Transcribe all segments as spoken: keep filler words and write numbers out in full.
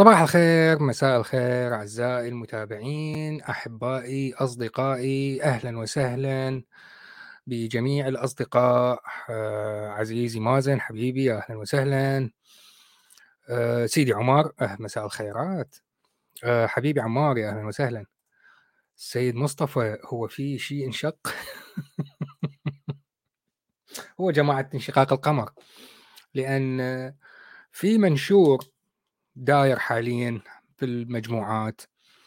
صباح الخير، مساء الخير أعزائي المتابعين، أحبائي، أصدقائي، أهلا وسهلا بجميع الأصدقاء. آه، عزيزي مازن حبيبي أهلا وسهلا. آه، سيدي عمر أه مساء الخيرات. آه، حبيبي عمار يا أهلا وسهلا. السيد مصطفى هو في شيء انشق هو جماعة انشقاق القمر، لأن آه، في منشور داير حاليا في المجموعات.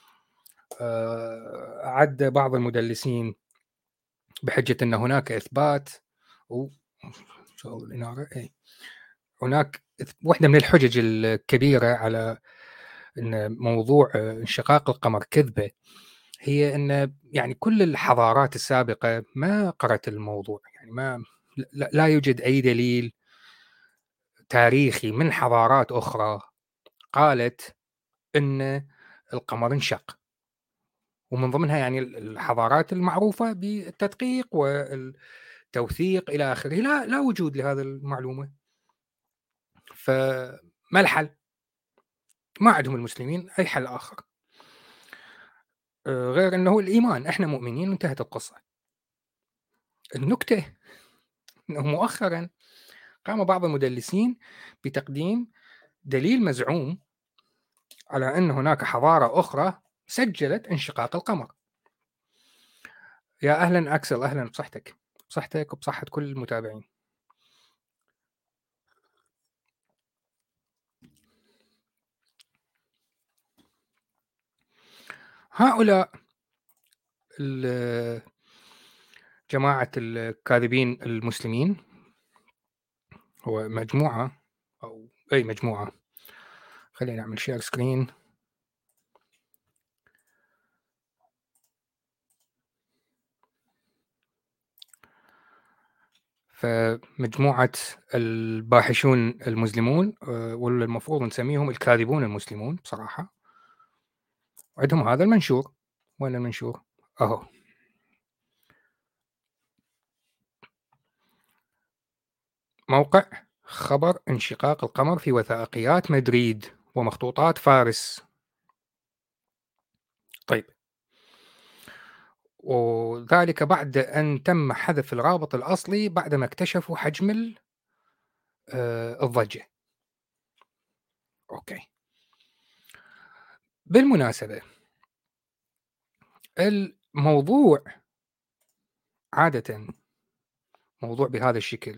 آه، عد بعض المدلسين بحجة أن هناك إثبات و شغل الإنارة إيه. هناك إث- واحدة من الحجج الكبيرة على أن موضوع آه، انشقاق القمر كذبة، هي أن يعني كل الحضارات السابقة ما قرأت الموضوع، يعني ما لا, لا يوجد أي دليل تاريخي من حضارات أخرى قالت أن القمر انشق، ومن ضمنها يعني الحضارات المعروفة بالتدقيق والتوثيق إلى آخره، لا لا وجود لهذه المعلومة. فما الحل؟ ما عندهم المسلمين أي حل آخر آه، غير أنه الإيمان، إحنا مؤمنين وانتهت القصة. النكتة أنه مؤخرا قام بعض المدلسين بتقديم دليل مزعوم على أن هناك حضارة أخرى سجلت انشقاق القمر. يا أهلا أكسل، أهلا بصحتك، بصحتك وبصحة كل المتابعين. هؤلاء ال- جماعة الكاذبين المسلمين، هو مجموعة أو أي مجموعة، خلينا نعمل شير سكرين. فمجموعة الباحثون المسلمون، آه، واللي المفروض نسميهم الكاذبون المسلمون بصراحة، عندهم هذا المنشور. وين المنشور؟ أهو. موقع خبر انشقاق القمر في وثائقيات مدريد ومخطوطات فارس. طيب، وذلك بعد أن تم حذف الرابط الأصلي بعدما اكتشفوا حجم ال- آه، الضجة. أوكي، بالمناسبة الموضوع عادة موضوع بهذا الشكل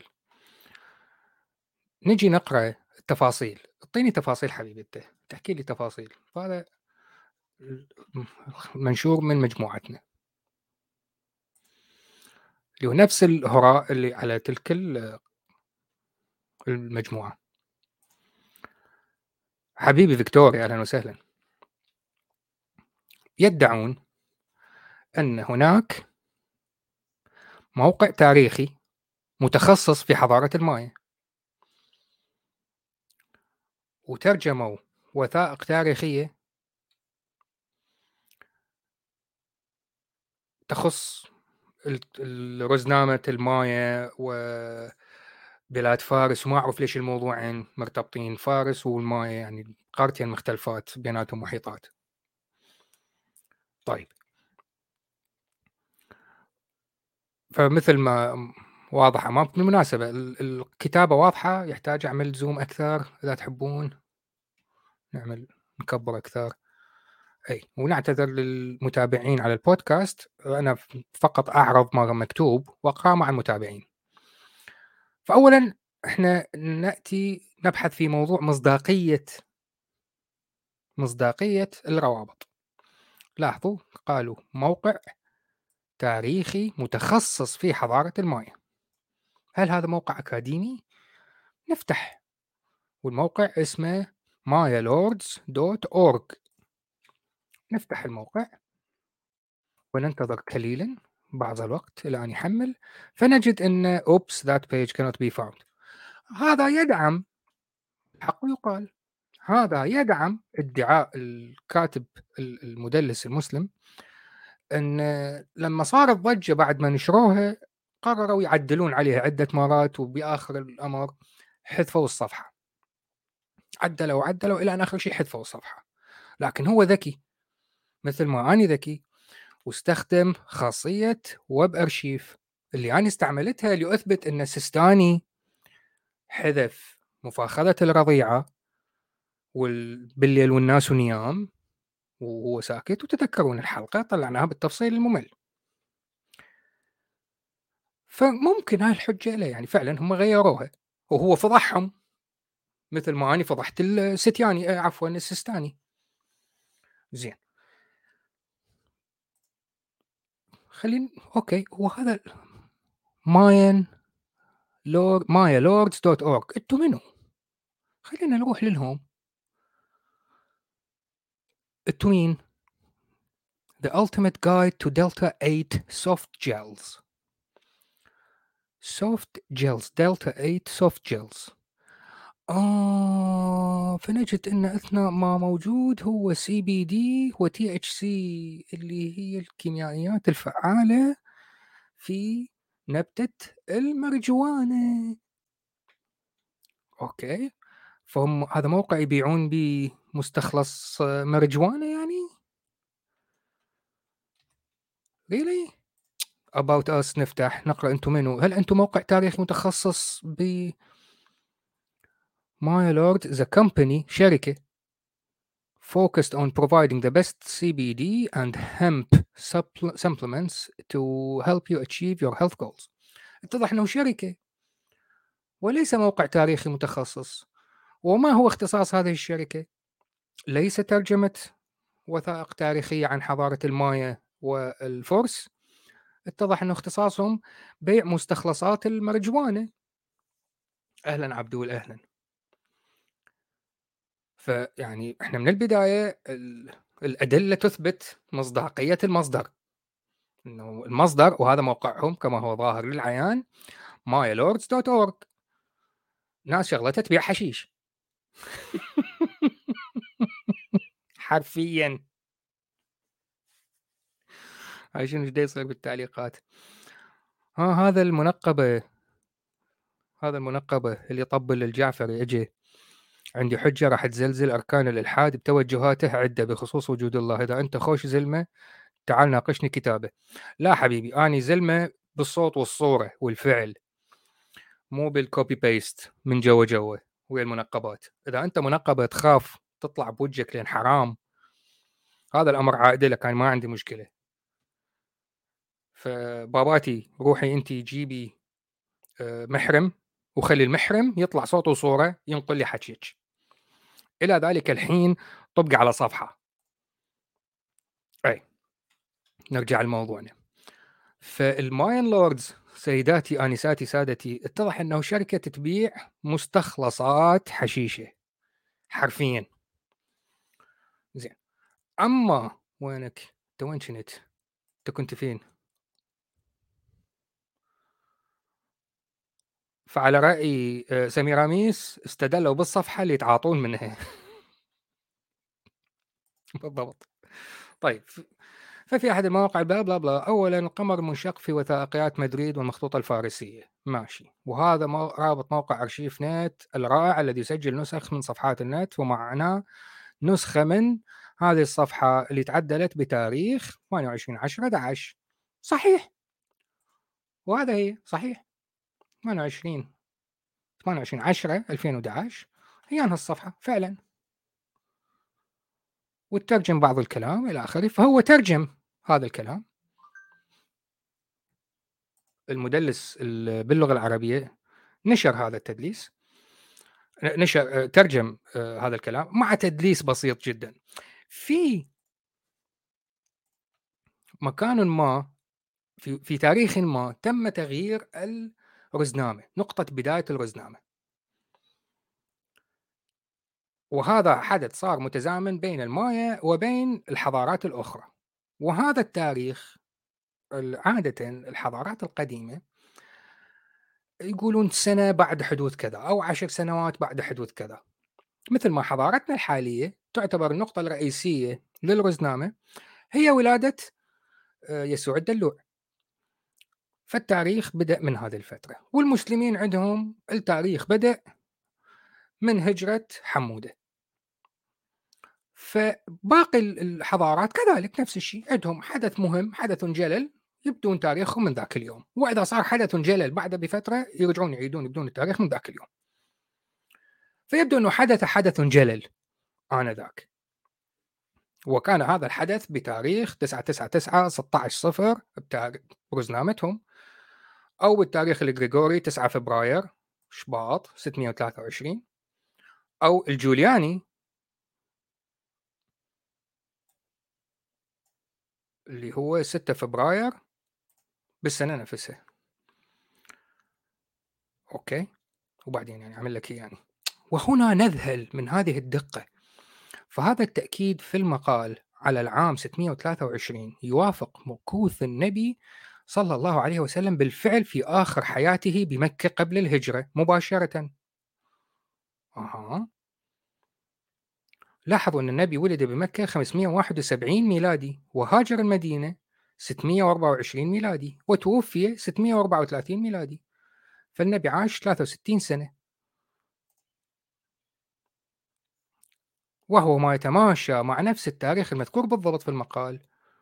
نجي نقرأ التفاصيل، اعطيني تفاصيل حبيبي، انت تحكي لي تفاصيل. فهذا منشور من مجموعتنا اللي هو نفس الهراء اللي على تلك المجموعة. حبيبي فيكتوريا أهلا وسهلا. يدعون أن هناك موقع تاريخي متخصص في حضارة المايا، وترجموا وثائق تاريخية تخص الرزنامة المايا وبلاد فارس، وما أعرف ليش الموضوعين مرتبطين، فارس والمايا يعني قارتين مختلفات بيناتهم محيطات. طيب، فمثل ما واضح أمامكم، بالمناسبة الكتابة واضحة، يحتاج أعمل زوم أكثر إذا تحبون نعمل نكبر أكثر. أي، ونعتذر للمتابعين على البودكاست، أنا فقط أعرض ما مكتوب وأقرأ مع المتابعين. فأولا إحنا نأتي نبحث في موضوع مصداقية مصداقية الروابط. لاحظوا قالوا موقع تاريخي متخصص في حضارة المايا. هل هذا موقع أكاديمي؟ نفتح، والموقع اسمه مايا لوردز دوت أورج. نفتح الموقع وننتظر قليلا بعض الوقت إلى أن يحمل، فنجد أن oops that page cannot be found. هذا يدعم، حق يقال، هذا يدعم ادعاء الكاتب المدلس المسلم أن لما صارت ضجة بعد ما نشروها قرروا يعدلون عليها عدة مرات، وبآخر الأمر حذفوا الصفحة. عدلوا وعدلوا إلى أن آخر شيء حذفوا الصفحة. لكن هو ذكي مثل ما أنا ذكي، واستخدم خاصية ويب أرشيف اللي أنا استعملتها لأثبت أن سيستاني حذف مفاخرة الرضيعة وال... بالليل والناس نيام وهو ساكت، وتذكرون الحلقة طلعناها بالتفصيل الممل. فممكن هاي الحجة له، يعني فعلا هم غيروها وهو فضحهم مثل ما أنا فضحت الستياني، آه عفوا السيستاني. زين، خلينا اوكي. وهذا ماين لورد مايا لوردز دوت اورج، انتم منو؟ خلينا نروح للهوم. التوين The Ultimate Guide to Delta eight Soft Gels. Soft Gels Delta eight Soft Gels. آه فنجد أن أثناء ما موجود هو سي بي دي و تي اتش سي اللي هي الكيميائيات الفعالة في نبتة المرجوانة. أوكي، فهم هذا موقع يبيعون به مستخلص مرجوانة يعني؟ really؟ about us نفتح نقرأ أنتم منو؟ هل أنتم موقع تاريخ متخصص ب My Lord the company شركة focused on providing the best C B D and hemp supple- supplements to help you achieve your health goals. اتضح أنه شركة وليس موقع تاريخي متخصص. وما هو اختصاص هذه الشركة؟ ليس ترجمة وثائق تاريخية عن حضارة المايا والفرس. اتضح أنه اختصاصهم بيع مستخلصات المرجوانة. أهلا عبدول، أهلا. فيعني احنا من البداية ال- الأدلة تثبت مصداقية المصدر، انه المصدر وهذا موقعهم كما هو ظاهر للعيان مايا لوردز دوت اورج. ناس شغلتها تبيع حشيش حرفيا. هاي شنو ايش يصير بالتعليقات؟ ها هذا المنقبة هذا المنقبة اللي طبل الجعفري اجي عندي حجة راح تزلزل أركان الإلحاد بتوجهاته عدة بخصوص وجود الله. إذا أنت خوش زلمة تعال ناقشني كتابه. لا حبيبي، أني زلمة بالصوت والصورة والفعل، مو بالكوبي بيست من جوا جوا ويا المنقبات. إذا أنت منقبة تخاف تطلع بوجهك لأن حرام، هذا الأمر عائد لك، أنا ما عندي مشكلة. فباباتي روحي أنت جيبي آه، محرم وخلي المحرم يطلع صوت وصورة ينقل لي حكيك. إلى ذلك الحين طبقي على صفحة. أي نرجع لموضوعنا. فالماين لوردز سيداتي آنساتي سادتي، اتضح أنه شركة تبيع مستخلصات حشيشة حرفيا. زين، أما وينك؟ أنت وين كنت؟ أنت كنت فين؟ فعلى رأي آه، سميراميس استدلوا بالصفحة اللي يتعاطون منها. بالضبط. طيب، ففي أحد المواقع بلا بلا بلا، أولا القمر منشق في وثائقيات مدريد والمخطوطة الفارسية، ماشي. وهذا مو... رابط موقع أرشيف نت الرائع الذي يسجل نسخ من صفحات النت، ومعنا نسخة من هذه الصفحة اللي تعدلت بتاريخ ثمانية وعشرين عشرة أحد عشر. صحيح، وهذا هي صحيح ثمانية وعشرين ثمانية وعشرين عشرة ألفين وأحد عشر هي أنها الصفحة فعلا. وترجم بعض الكلام إلى آخره. فهو ترجم هذا الكلام، المدلس ال- باللغة العربية نشر هذا التدليس، نشر ترجم آه، هذا الكلام مع تدليس بسيط جدا. في مكان ما في, في تاريخ ما تم تغيير الرزنامة، نقطة بداية الرزنامة، وهذا حدث صار متزامن بين المايا وبين الحضارات الأخرى. وهذا التاريخ عادة الحضارات القديمة يقولون سنة بعد حدوث كذا أو عشر سنوات بعد حدوث كذا. مثل ما حضارتنا الحالية تعتبر النقطة الرئيسية للرزنامة هي ولادة آه، يسوع الدلوع. فالتاريخ بدأ من هذه الفترة، والمسلمين عندهم التاريخ بدأ من هجرة حمودة. فباقي ال الحضارات كذلك نفس الشيء، عندهم حدث مهم، حدث جلل، يبدون تاريخهم من ذاك اليوم، وإذا صار حدث جلل بعده بفترة يرجعون يعيدون يبدون التاريخ من ذاك اليوم. فيبدو أنه حدث حدث جلل آنذاك، وكان هذا الحدث بتاريخ تسعة تسعة تسعة ستة عشر صفر بتاريخ برزنامتهم، أو بالتاريخ الغريغوري تسعة فبراير شباط ستمئة وثلاثة وعشرين، أو الجولياني اللي هو ستة فبراير بالسنة نفسها. أوكي، وبعدين يعني أعمل لك إيه يعني. وهنا نذهل من هذه الدقة. فهذا التأكيد في المقال على العام ستمئة وثلاثة وعشرين يوافق مكوث النبي صلى الله عليه وسلم بالفعل في آخر حياته بمكة قبل الهجرة مباشرة. أها. لاحظوا أن النبي ولد بمكة خمسمئة وواحد وسبعين ميلادي، وهاجر المدينة ستمئة وأربعة وعشرين ميلادي، وتوفي ستمئة وأربعة وثلاثين ميلادي. فالنبي عاش ثلاثة وستين سنة، وهو ما يتماشى مع نفس التاريخ المذكور بالضبط في المقال.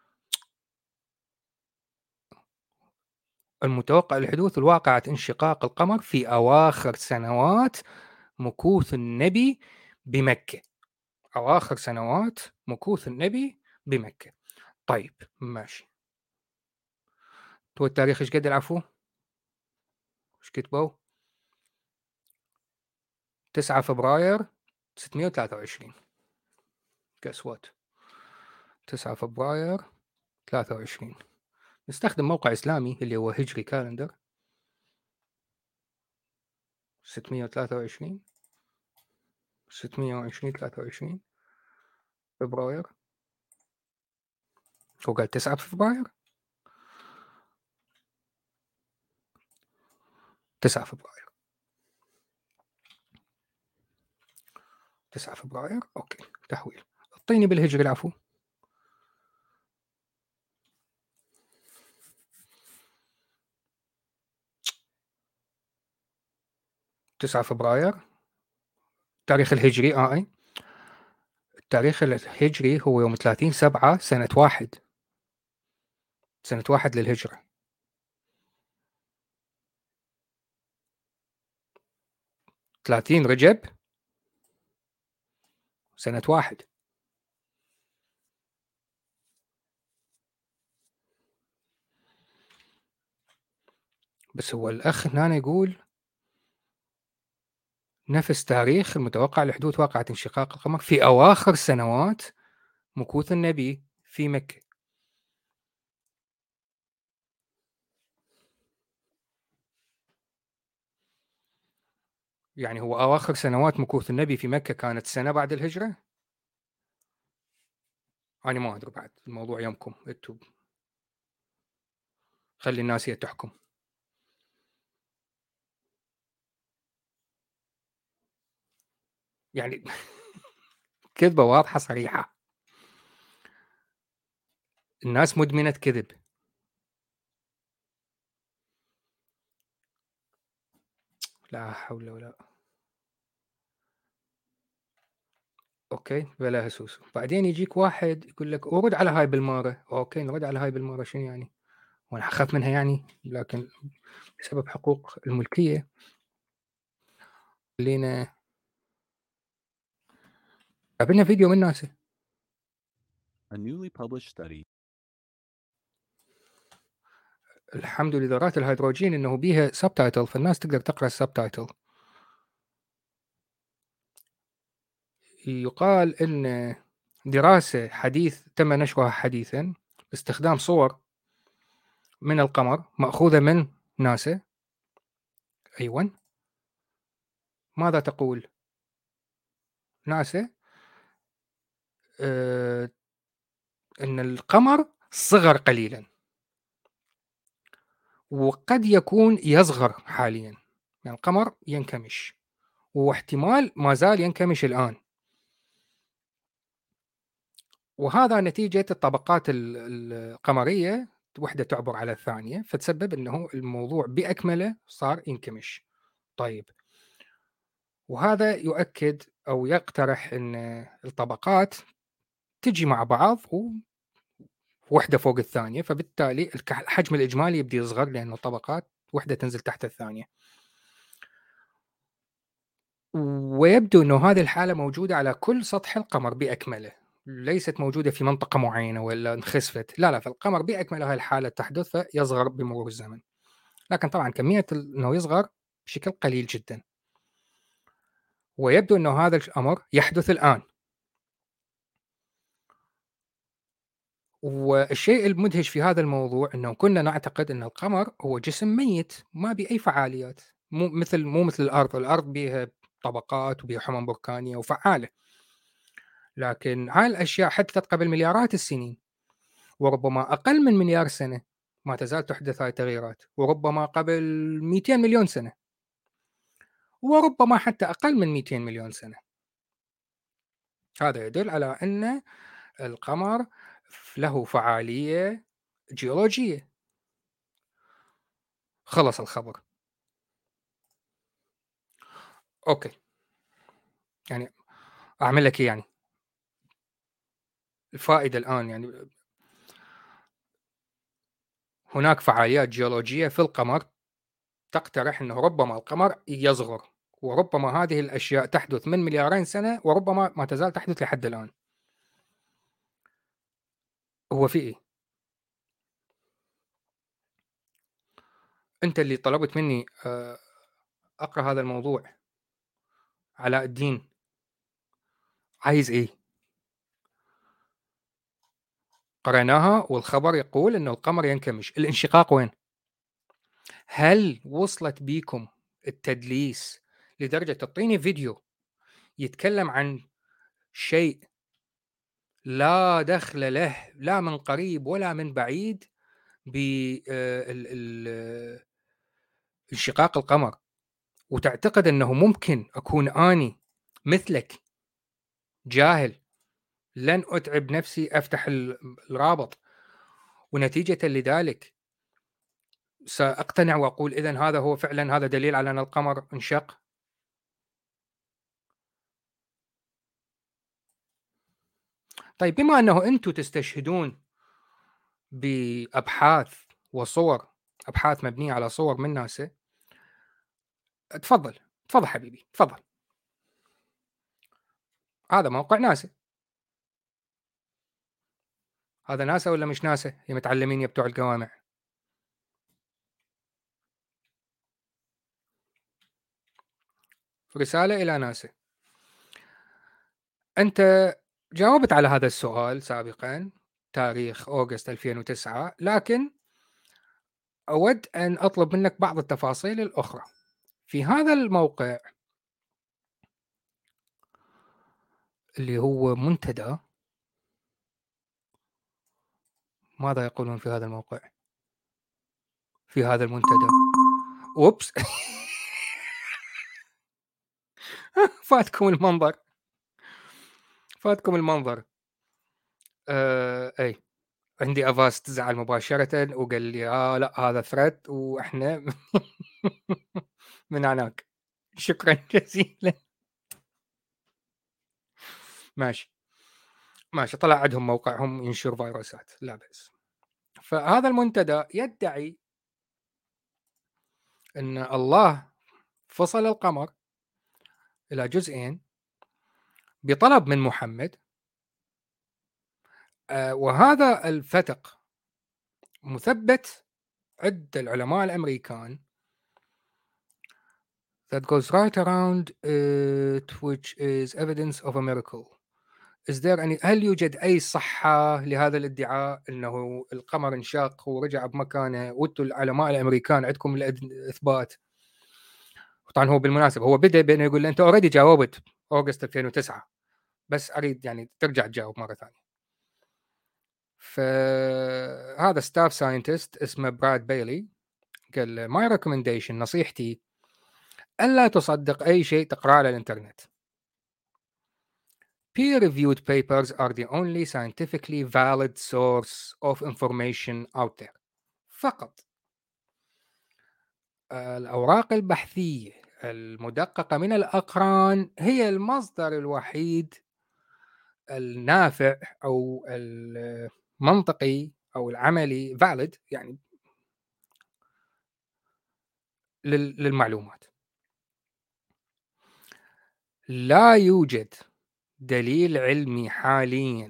المتوقع الحدوث الواقعة انشقاق القمر في أواخر سنوات مكوث النبي بمكة. أواخر سنوات مكوث النبي بمكة. طيب ماشي. تو التاريخ ايش قد العفو؟ ايش كتبوا؟ تسعة فبراير ستمئة وثلاثة وعشرين. guess what؟ تسعة فبراير ثلاثة وعشرين. نستخدم موقع إسلامي اللي هو هجري كالندر. ستمئة وثلاثة وعشرين ستمئة وعشرين ثلاثة وعشرين فبراير. هو قال تسعة فبراير. تسعة فبراير تسعة فبراير. أوكي، تحويل. اعطيني بالهجري العفو. تسعة فبراير التاريخ الهجري. آه أي التاريخ الهجري هو يوم ثلاثين سبعة سنة واحد سنة واحد للهجرة. ثلاثين رجب سنة واحد. بس هو الأخ هنا يقول نفس تاريخ المتوقع لحدوث واقعة انشقاق القمر في أواخر سنوات مكوث النبي في مكة. يعني هو أواخر سنوات مكوث النبي في مكة كانت سنة بعد الهجرة؟ أنا ما أدري، بعد الموضوع يمكم انتم، خلي الناس هي تحكم. يعني كذبة واضحة صريحة. الناس مدمنة كذب. لا حول ولا. أوكي بلا هسوس. بعدين يجيك واحد يقول لك ورد على هاي بالمارة. أوكي نرد على هاي بالمارة، شنو يعني؟ وأنا أخاف منها يعني؟ لكن بسبب حقوق الملكية خلينا. قابلنا فيديو من ناسا. A newly published study الحمد لذرات الهيدروجين انه بيها سبتايتل، فالناس تقدر تقرا السبتايتل. يقال ان دراسة حديث تم نشرها حديثا باستخدام صور من القمر مأخوذة من ناسا. أيوة. ماذا تقول ناسا؟ آه ان القمر صغر قليلا، وقد يكون يصغر حاليا. يعني القمر ينكمش، واحتمال ما زال ينكمش الآن، وهذا نتيجة الطبقات القمرية وحدة تعبر على الثانية، فتسبب أنه الموضوع بأكمله صار ينكمش. طيب وهذا يؤكد أو يقترح أن الطبقات تجي مع بعض ووحدة فوق الثانية، فبالتالي الك الحجم الإجمالي يبدي يصغر لأنه الطبقات وحدة تنزل تحت الثانية. ويبدو أنه هذه الحالة موجودة على كل سطح القمر بأكمله، ليست موجودة في منطقة معينة والّا انخسفت، لا، لا، فالقمر بأكمله هاي الحالة تحدث فيصغر بمرور الزمن، لكن طبعًا كمية ال إنه يصغر بشكل قليل جدًا. ويبدو أنه هذا الأمر يحدث الآن. والشيء المدهش في هذا الموضوع أنه كنا نعتقد أن القمر هو جسم ميت ما بيه أي فعاليات، مو مثل مو مثل الأرض، الأرض بيها طبقات وبيها حمم بركانية وفعالة. لكن هاي الأشياء حدثت قبل مليارات السنين، وربما أقل من مليار سنة ما تزال تحدث هاي التغييرات، وربما قبل مئتين مليون سنة، وربما حتى أقل من مئتين مليون سنة. هذا يدل على أن القمر له فعالية جيولوجية. خلص الخبر. أوكي. يعني أعمل لك إيه يعني؟ الفائدة الآن يعني هناك فعاليات جيولوجية في القمر تقترح أنه ربما القمر يصغر، وربما هذه الأشياء تحدث من مليارين سنة، وربما ما تزال تحدث لحد الآن. هو في إيه؟ أنت اللي طلبت مني آآ أقرأ هذا الموضوع. علاء الدين. عايز إيه؟ قرأناها والخبر يقول إنه القمر ينكمش، الانشقاق وين؟ هل وصلت بيكم التدليس لدرجة تعطيني فيديو يتكلم عن شيء لا دخل له لا من قريب ولا من بعيد ب آآ ال ال انشقاق القمر، وتعتقد أنه ممكن أكون أني مثلك جاهل لن أتعب نفسي أفتح ال الرابط، ونتيجةً لذلك سأقتنع وأقول إذًا هذا هو فعلًا هذا دليل على أن القمر انشق؟ طيب بما أنه أنتم تستشهدون بأبحاث وصور، أبحاث مبنية على صور من ناسا، اتفضل، اتفضل حبيبي، اتفضل. هذا موقع ناسا. هذا ناسا والّا مش ناسا يا متعلمين يا بتوع الجوامع؟ رسالة إلى ناسا. أنت جاوبت على هذا السؤال سابقًا، تاريخ أغسطس ألفين وتسعة، لكن أود أن أطلب منك بعض التفاصيل الأخرى. في هذا الموقع اللي هو منتدى، ماذا يقولون في هذا الموقع؟ في هذا المنتدى. أوبس. فاتكم المنظر. فاتكم المنظر. آآ أي. عندي Avast زعل مباشرةً وقال لي: "آه لأ هذا threat وإحنا من هناك." شكرًا جزيلًا. ماشي. ماشي، طلع عندهم موقعهم ينشر فيروسات، لا بأس. فهذا المنتدى يدعي أن الله فصل القمر إلى جزئين بطلب من محمد، آآ وهذا الفتق مثبت عند العلماء الأمريكان that goes right around it which is evidence of a miracle. Is there any هل يوجد أي صحة لهذا الادعاء أنه القمر انشق ورجع بمكانه وأنتم العلماء الأمريكان عندكم الأد الإثبات؟ طبعًا هو بالمناسبة هو بدأ بإنه يقول له أنت already جاوبت أغسطس ألفين وتسعة، بس أريد يعني ترجع تجاوب مرة ثانية. فهذا staff scientist اسمه براد بايلي قال له my recommendation نصيحتي ألا تصدق أي شيء تقرأه على الإنترنت. Peer reviewed papers are the only scientifically valid source of information out there. فقط الأوراق البحثية المدققة من الأقران هي المصدر الوحيد النافع أو المنطقي أو العملي valid يعني لل للمعلومات. لا يوجد دليل علمي حاليًا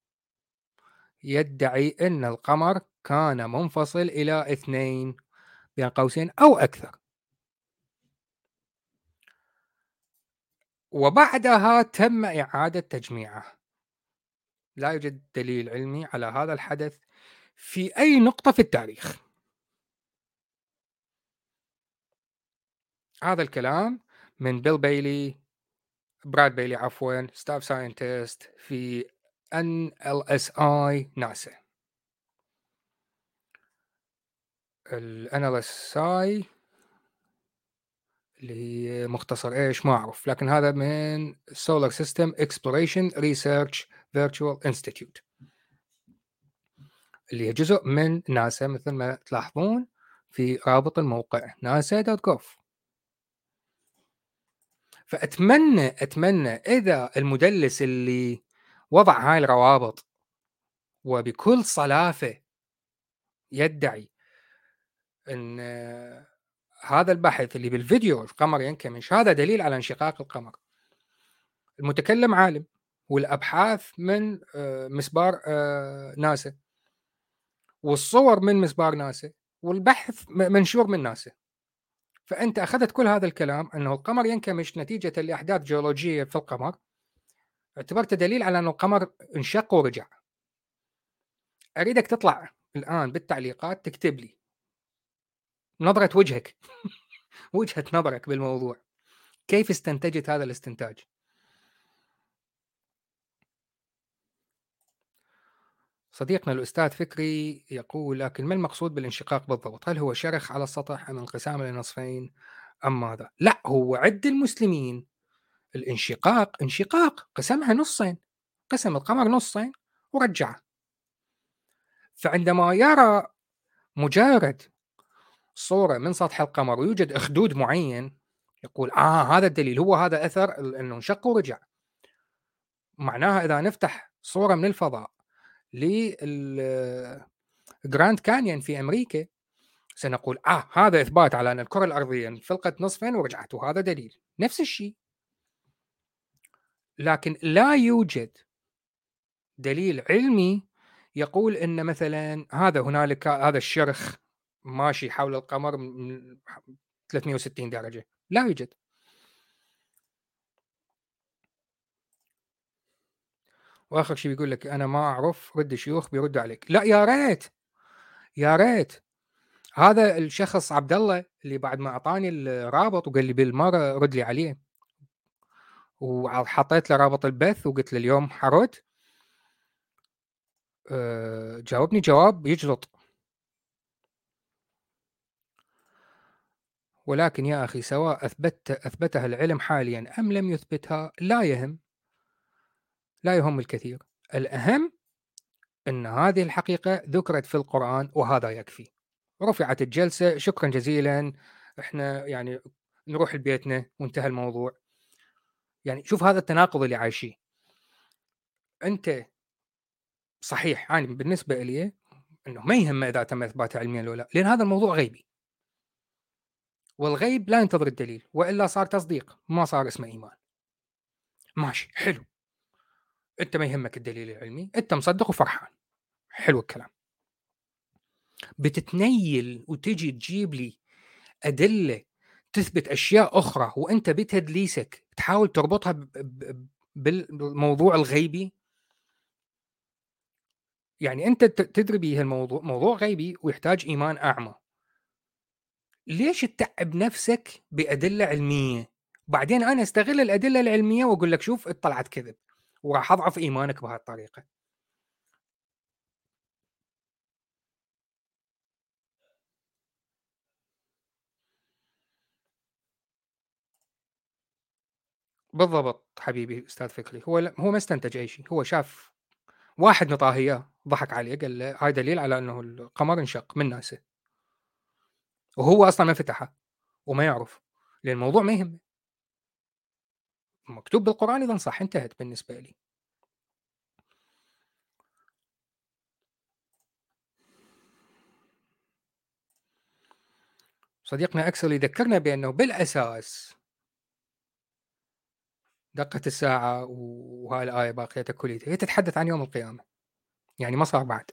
يدعي أن القمر كان منفصل إلى اثنين بين قوسين أو أكثر. وبعدها تم إعادة تجميعه. لا يوجد دليل علمي على هذا الحدث في أي نقطة في التاريخ. هذا الكلام من بيل بايلي براد بايلي عفوا ستاف ساينتست في إن إل إس آي ناسا. ال إن إل إس آي اللي هي مختصر إيش ما أعرف، لكن هذا من Solar System Exploration Research Virtual Institute اللي هي جزء من ناسا مثل ما تلاحظون في رابط الموقع ناسا دوت جوف. فأتمنى أتمنى إذا المدلس اللي وضع هاي الروابط وبكل صلافة يدعي أن هذا البحث اللي بالفيديو القمر ينكمش هذا دليل على انشقاق القمر. المتكلم عالم والأبحاث من مسبار ناسا والصور من مسبار ناسا والبحث منشور من ناسا. فأنت أخذت كل هذا الكلام أنه القمر ينكمش نتيجة لأحداث جيولوجية في القمر، اعتبرته دليل على أنه القمر انشق ورجع. أريدك تطلع الآن بالتعليقات تكتب لي نظرة وجهك وجهة نظرك بالموضوع، كيف استنتجت هذا الاستنتاج؟ صديقنا الأستاذ فكري يقول: لكن ما المقصود بالانشقاق بالضبط؟ هل هو شرخ على السطح أم انقسام إلى نصفين أم ماذا؟ لا، هو عند المسلمين الانشقاق انشقاق قسمها نصين، قسم القمر نصين ورجعه. فعندما يرى مجرد صورة من سطح القمر ويوجد أخدود معين يقول آه هذا الدليل، هو هذا أثر أنه انشق ورجع. معناها إذا نفتح صورة من الفضاء للجراند كانيون في أمريكا سنقول آه هذا إثبات على أن الكرة الأرضية انفلقت نصفين ورجعت، وهذا دليل. نفس الشيء، لكن لا يوجد دليل علمي يقول أن مثلا هذا هنالك هذا الشرخ ماشي حول القمر من ثلاثمئة وستين درجة، لا يوجد. واخر شيء بيقول لك انا ما اعرف رد شيوخ بيردوا عليك. لا يا ريت يا ريت. هذا الشخص عبد الله اللي بعد ما اعطاني الرابط وقال لي بالمره رد لي عليه، وحطيت له رابط البث وقلت له اليوم حرد، أه جاوبني جواب يجلط. ولكن يا اخي سواء اثبت اثبتها العلم حاليا ام لم يثبتها لا يهم، لا يهم الكثير. الاهم ان هذه الحقيقه ذكرت في القرآن وهذا يكفي. رفعت الجلسة، شكرا جزيلا، احنا يعني نروح لبيتنا وانتهى الموضوع. يعني شوف هذا التناقض اللي عايشيه. انت صحيح انا يعني بالنسبه لي انه ما يهم اذا تم اثباته علميا ولا لا، لان هذا الموضوع غيبي، والغيب لا ينتظر الدليل، والا صار تصديق ما صار اسمه ايمان. ماشي حلو، انت ما يهمك الدليل العلمي، انت مصدق وفرحان، حلو الكلام. بتتنيل وتجي تجيب لي ادله تثبت اشياء اخرى وانت بتدليسك تحاول تربطها ب... ب... بالموضوع الغيبي. يعني انت تدري به الموضوع موضوع غيبي ويحتاج ايمان اعمى، ليش تتعب نفسك بادله علميه؟ بعدين انا استغل الادله العلميه واقول لك شوف طلعت كذب، وراح اضعف ايمانك بهالطريقه. بالضبط حبيبي استاذ فكري، هو لا هو ما استنتج اي شيء، هو شاف واحد نطاهيه ضحك عليه قال له هاي دليل على انه القمر انشق من ناسا، وهو اصلا ما فتحه وما يعرف. لأن الموضوع ما يهمه. مكتوب بالقرآن إذا صح، انتهت بالنسبة لي. صديقنا أكسل يذكرنا بأنه بالأساس دقة الساعة وهاي الآية باقية كليتها هي تتحدث عن يوم القيامة، يعني ما صار بعد.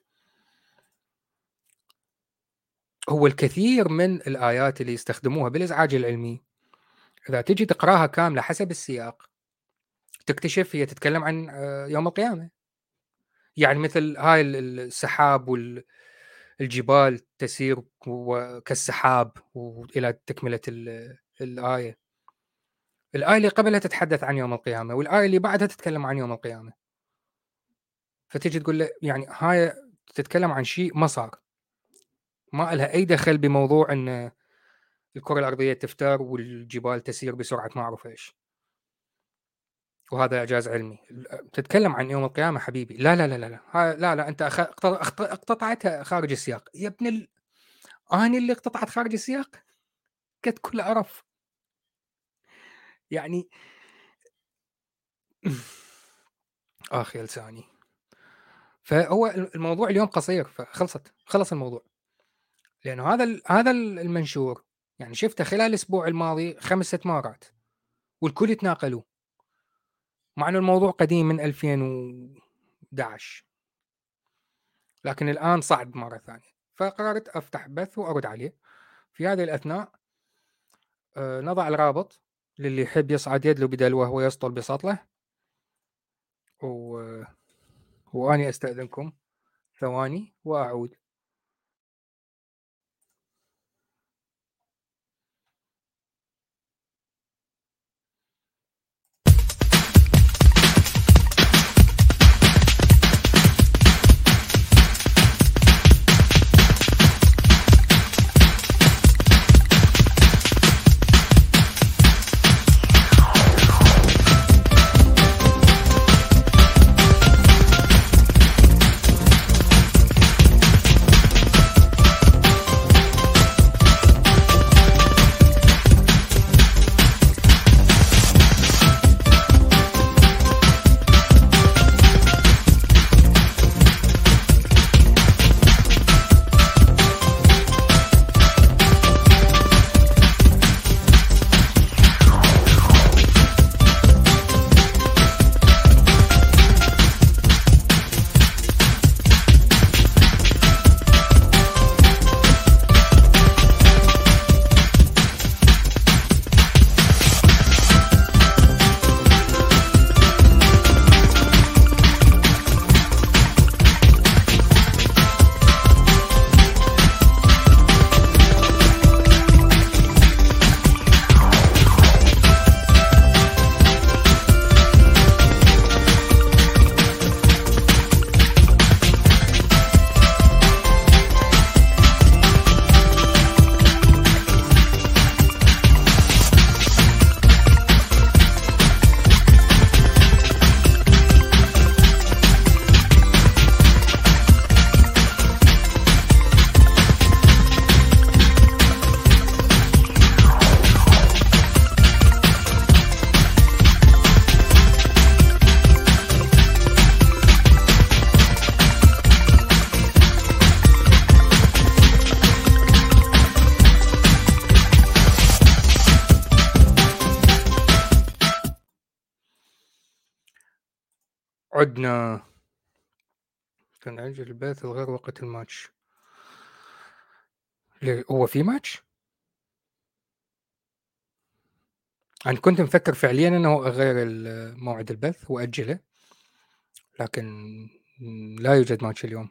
هو الكثير من الآيات اللي يستخدموها بالإزعاج العلمي إذا تجي تقراها كاملة حسب السياق تكتشف هي تتكلم عن آه، يوم القيامة. يعني مثل هاي ال- السحاب والجبال تسير و- كالسحاب وإلى تكملة ال- الآية. الآية اللي قبلها تتحدث عن يوم القيامة والآية اللي بعدها تتكلم عن يوم القيامة. فتجي تقول له يعني هاي تتكلم عن شيء ما صار، ما لها أي دخل بموضوع أن الكرة الأرضية تفتر والجبال تسير بسرعة ما أعرف إيش، وهذا إعجاز علمي. تتكلم عن يوم القيامة حبيبي، لا لا لا لا لا ها- لا, لا أنت أخ- اقت- اقت- اقتطعتها خارج السياق يا ابن ال... أنا اللي اقتطعت خارج السياق، كت كل قرف يعني. آخ يا لساني. فهو الموضوع اليوم قصير، فخلصت خلص الموضوع، لأنه هذا ال- هذا المنشور يعني شفته خلال الأسبوع الماضي خمس ست مرات والكل يتناقلوا، مع أنه الموضوع قديم من ألفين وأحد عشر، لكن الآن صعد مرة ثانية. فقررت أفتح بث وأرد عليه. في هذه الأثناء آه، نضع الرابط للي يحب يصعد يدلو بدلوه ويسطل بسطله. و... وأني أستأذنكم ثواني وأعود. عدنا. كان أجل البث الغير وقت الماتش. ليه؟ هو في ماتش؟ أنا كنت مفكر فعليا أنه أغير ال- موعد البث وأجله، لكن لا يوجد ماتش اليوم.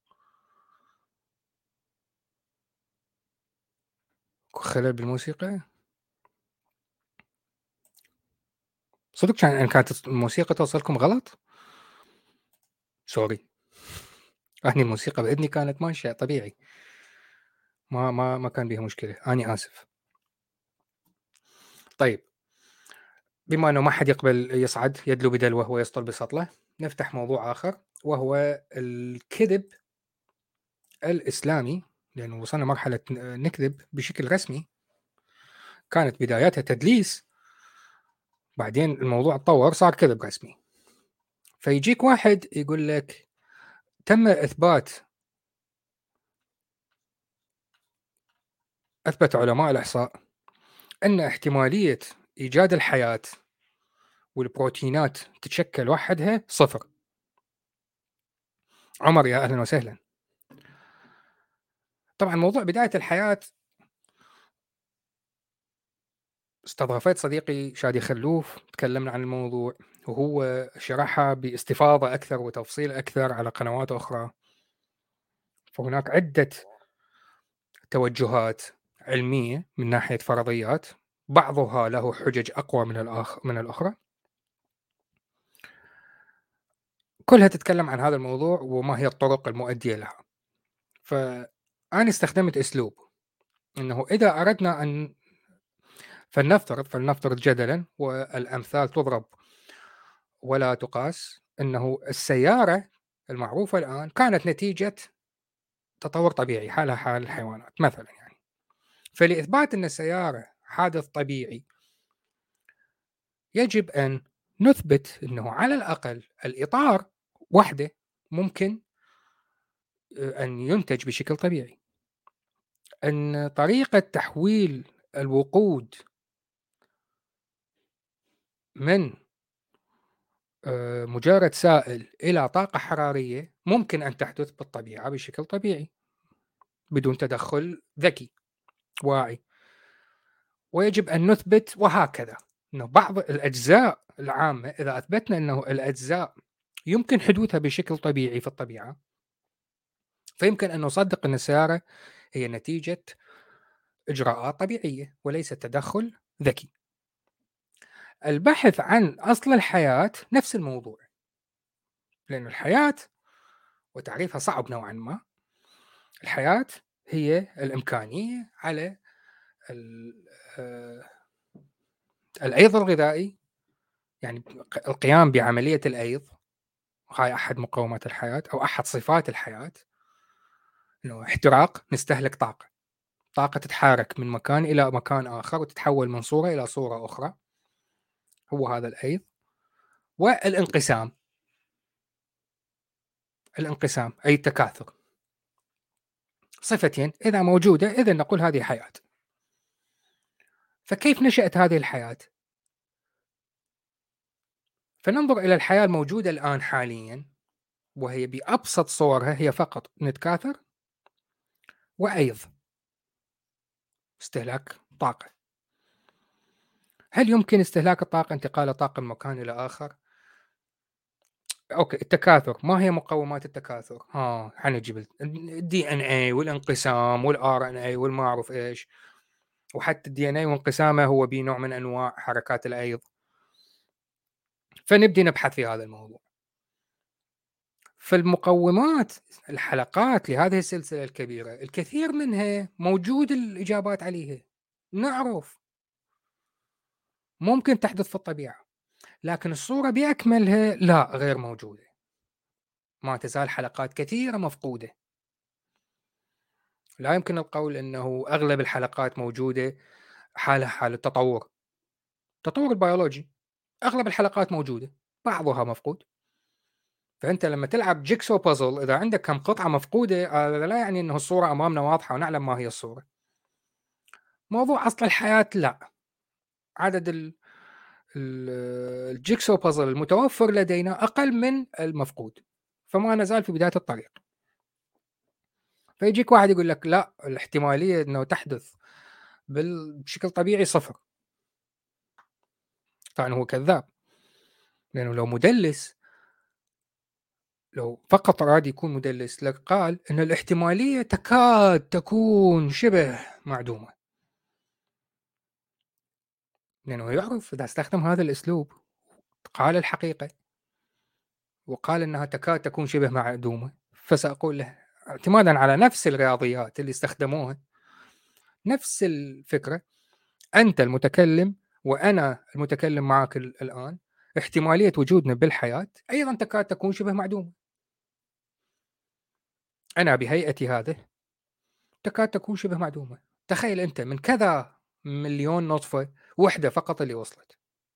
خلل بالموسيقى؟ صدق كان كانت الموسيقى توصلكم غلط؟ سوري. أني الموسيقى بإذني كانت ماشية طبيعي، ما ما ما كان بيها مشكلة، أني آسف. طيب، بما أنه ما حد يقبل يصعد يدلو بدلوه ويسطل بسطله، نفتح موضوع آخر وهو الكذب الإسلامي، لأنه وصلنا مرحلة نكذب بشكل رسمي كانت بدايتها تدليس، بعدين الموضوع تطور صار كذب رسمي. فيجيك واحد يقول لك تم إثبات أثبت علماء الإحصاء أن احتمالية إيجاد الحياة والبروتينات تتشكل وحدها صفر. عمر يا أهلا وسهلا. طبعا موضوع بداية الحياة استضافيت صديقي شادي خلوف، تكلمنا عن الموضوع وهو شرحها باستفاضة أكثر وتفصيل أكثر على قنوات أخرى. فهناك عدة توجهات علمية من ناحية فرضيات، بعضها له حجج أقوى من الآخر من الأخرى، كلها تتكلم عن هذا الموضوع وما هي الطرق المؤدية لها. فأنا استخدمت أسلوب أنه إذا أردنا أن فلنفترض فلنفترض جدلا والأمثال تضرب ولا تقاس، أنه السيارة المعروفة الآن كانت نتيجة تطور طبيعي حالها حال الحيوانات مثلا يعني. فلإثبات أن السيارة حادث طبيعي يجب أن نثبت أنه على الأقل الإطار وحده ممكن أن ينتج بشكل طبيعي، أن طريقة تحويل الوقود من آه، مجرد سائل إلى طاقة حرارية ممكن أن تحدث بالطبيعة بشكل طبيعي بدون تدخل ذكي واعي. ويجب أن نثبت وهكذا أنه بعض الأجزاء العامة إذا أثبتنا أنه الأجزاء يمكن حدوثها بشكل طبيعي في الطبيعة، فيمكن أن نصدق أن السيارة هي نتيجة إجراءات طبيعية وليس تدخل ذكي. البحث عن أصل الحياة نفس الموضوع، لأن الحياة وتعريفها صعب نوعا ما. الحياة هي الإمكانية على الأيض الغذائي، يعني القيام بعملية الأيض، هاي أحد مقومات الحياة أو أحد صفات الحياة. إنه احتراق، نستهلك طاقة، طاقة تتحرك من مكان إلى مكان آخر وتتحول من صورة إلى صورة أخرى، هو هذا الأيض. والانقسام، الانقسام أي التكاثر، صفتين إذا موجودة إذا نقول هذه حياة. فكيف نشأت هذه الحياة؟ فننظر إلى الحياة الموجودة الآن حاليا، وهي بأبسط صورها هي فقط نتكاثر وأيض استهلاك طاقة. هل يمكن استهلاك الطاقة انتقال الطاقة من مكان إلى آخر؟ أوكي، التكاثر، ما هي مقومات التكاثر؟ ها حنجيب الدي ان اي والانقسام والار ان اي والما اعرف ايش، وحتى الدي ان اي وانقسامه هو بنوع من انواع حركات الايض. فنبدي نبحث في هذا الموضوع. فالمقومات الحلقات لهذه السلسلة الكبيرة الكثير منها موجود الإجابات عليها، نعرف ممكن تحدث في الطبيعة، لكن الصورة بأكملها لا، غير موجودة. ما تزال حلقات كثيرة مفقودة. لا يمكن القول أنه أغلب الحلقات موجودة حالها حال التطور، التطور البيولوجي أغلب الحلقات موجودة، بعضها مفقود. فأنت لما تلعب جيكسو بازل إذا عندك كم قطعة مفقودة هذا لا يعني أنه الصورة أمامنا واضحة ونعلم ما هي الصورة. موضوع أصل الحياة لا، عدد ال الجيكسو بازل المتوفر لدينا أقل من المفقود، فما نزال في بداية الطريق. فيجيك واحد يقول لك لا، الاحتمالية أنه تحدث بشكل طبيعي صفر. طبعا هو كذاب، لأنه لو مدلس، لو فقط أراد يكون مدلس لقال أن الاحتمالية تكاد تكون شبه معدومة، لأنه يعرف إذا استخدم هذا الأسلوب قال الحقيقة وقال أنها تكاد تكون شبه معدومة، فسأقول له اعتمادا على نفس الرياضيات اللي استخدموها، نفس الفكرة، أنت المتكلم وأنا المتكلم معك الآن، احتمالية وجودنا بالحياة أيضا تكاد تكون شبه معدومة. أنا بهيئتي هذه تكاد تكون شبه معدومة. تخيل أنت من كذا مليون نطفة، وحدة فقط اللي وصلت.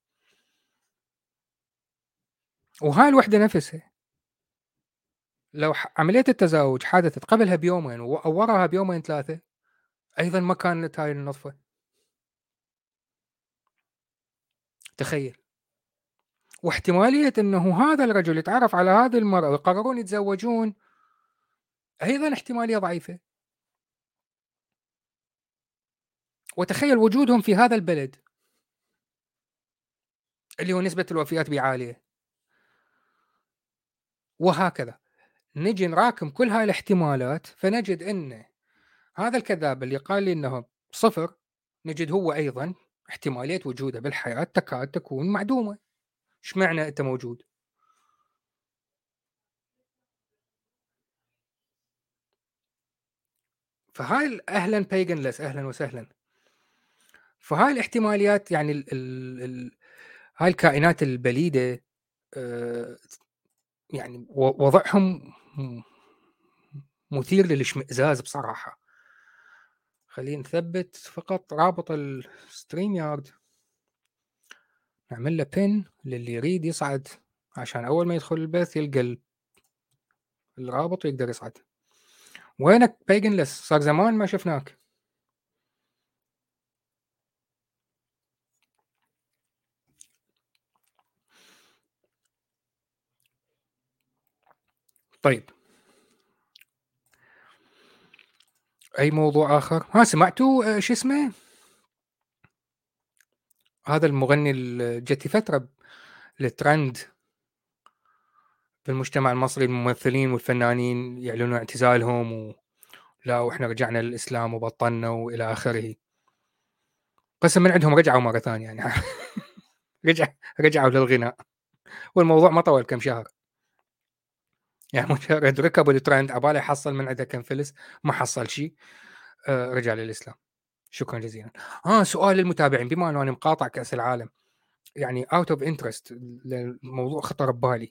وهاي الوحدة نفسها لو ح عملية التزاوج حدثت قبلها بيومين و أو وراها بيومين ثلاثة أيضًا ما كانت هاي النطفة. تخيل! واحتمالية إنه هذا الرجل يتعرف على هذه المرأة ويقررون يتزوجون أيضًا احتمالية ضعيفة. وتخيل وجودهم في هذا البلد اللي هو نسبة الوفيات بيه عالية. وهكذا، نجي نراكم كل هاي الاحتمالات فنجد إن هذا الكذاب اللي قال لي إنه صفر، نجد هو أيضًا احتمالية وجوده بالحياة تكاد تكون معدومة. إشمعنى أنت موجود؟ فهاي ال أهلًا paganless أهلًا وسهلًا. فهاي الاحتماليات يعني ال ال ال هاي الكائنات البليدة آآ يعني و وضعهم م مثير للاشمئزاز بصراحة. خلّينا نثبّت فقط رابط الStreamYard، نعمل له pin للي يريد يصعد عشان أول ما يدخل البث يلقى ال الرابط ويقدر يصعد. وينك paganless؟ صار زمان ما شفناك. طيب. أي موضوع آخر؟ ها سمعتوا آآ شو اسمه؟ هذا المغني ال جت فترة الtrend في المجتمع المصري، الممثلين والفنانين يعلنون اعتزالهم و لا وإحنا رجعنا للإسلام وبطلنا وإلى آخره. قسم من عندهم رجعوا مرة ثانية يعني رجع رجعوا للغناء، والموضوع ما طول كم شهر. يعني مجرد ركبوا الtrend عباله يحصل من عنده كم فلس، ما حصل شيء، آآ رجع للإسلام. شكرًا جزيلًا. آه سؤال للمتابعين بما إنه أنا مقاطع كأس العالم، يعني out of interest الموضوع خطر ببالي.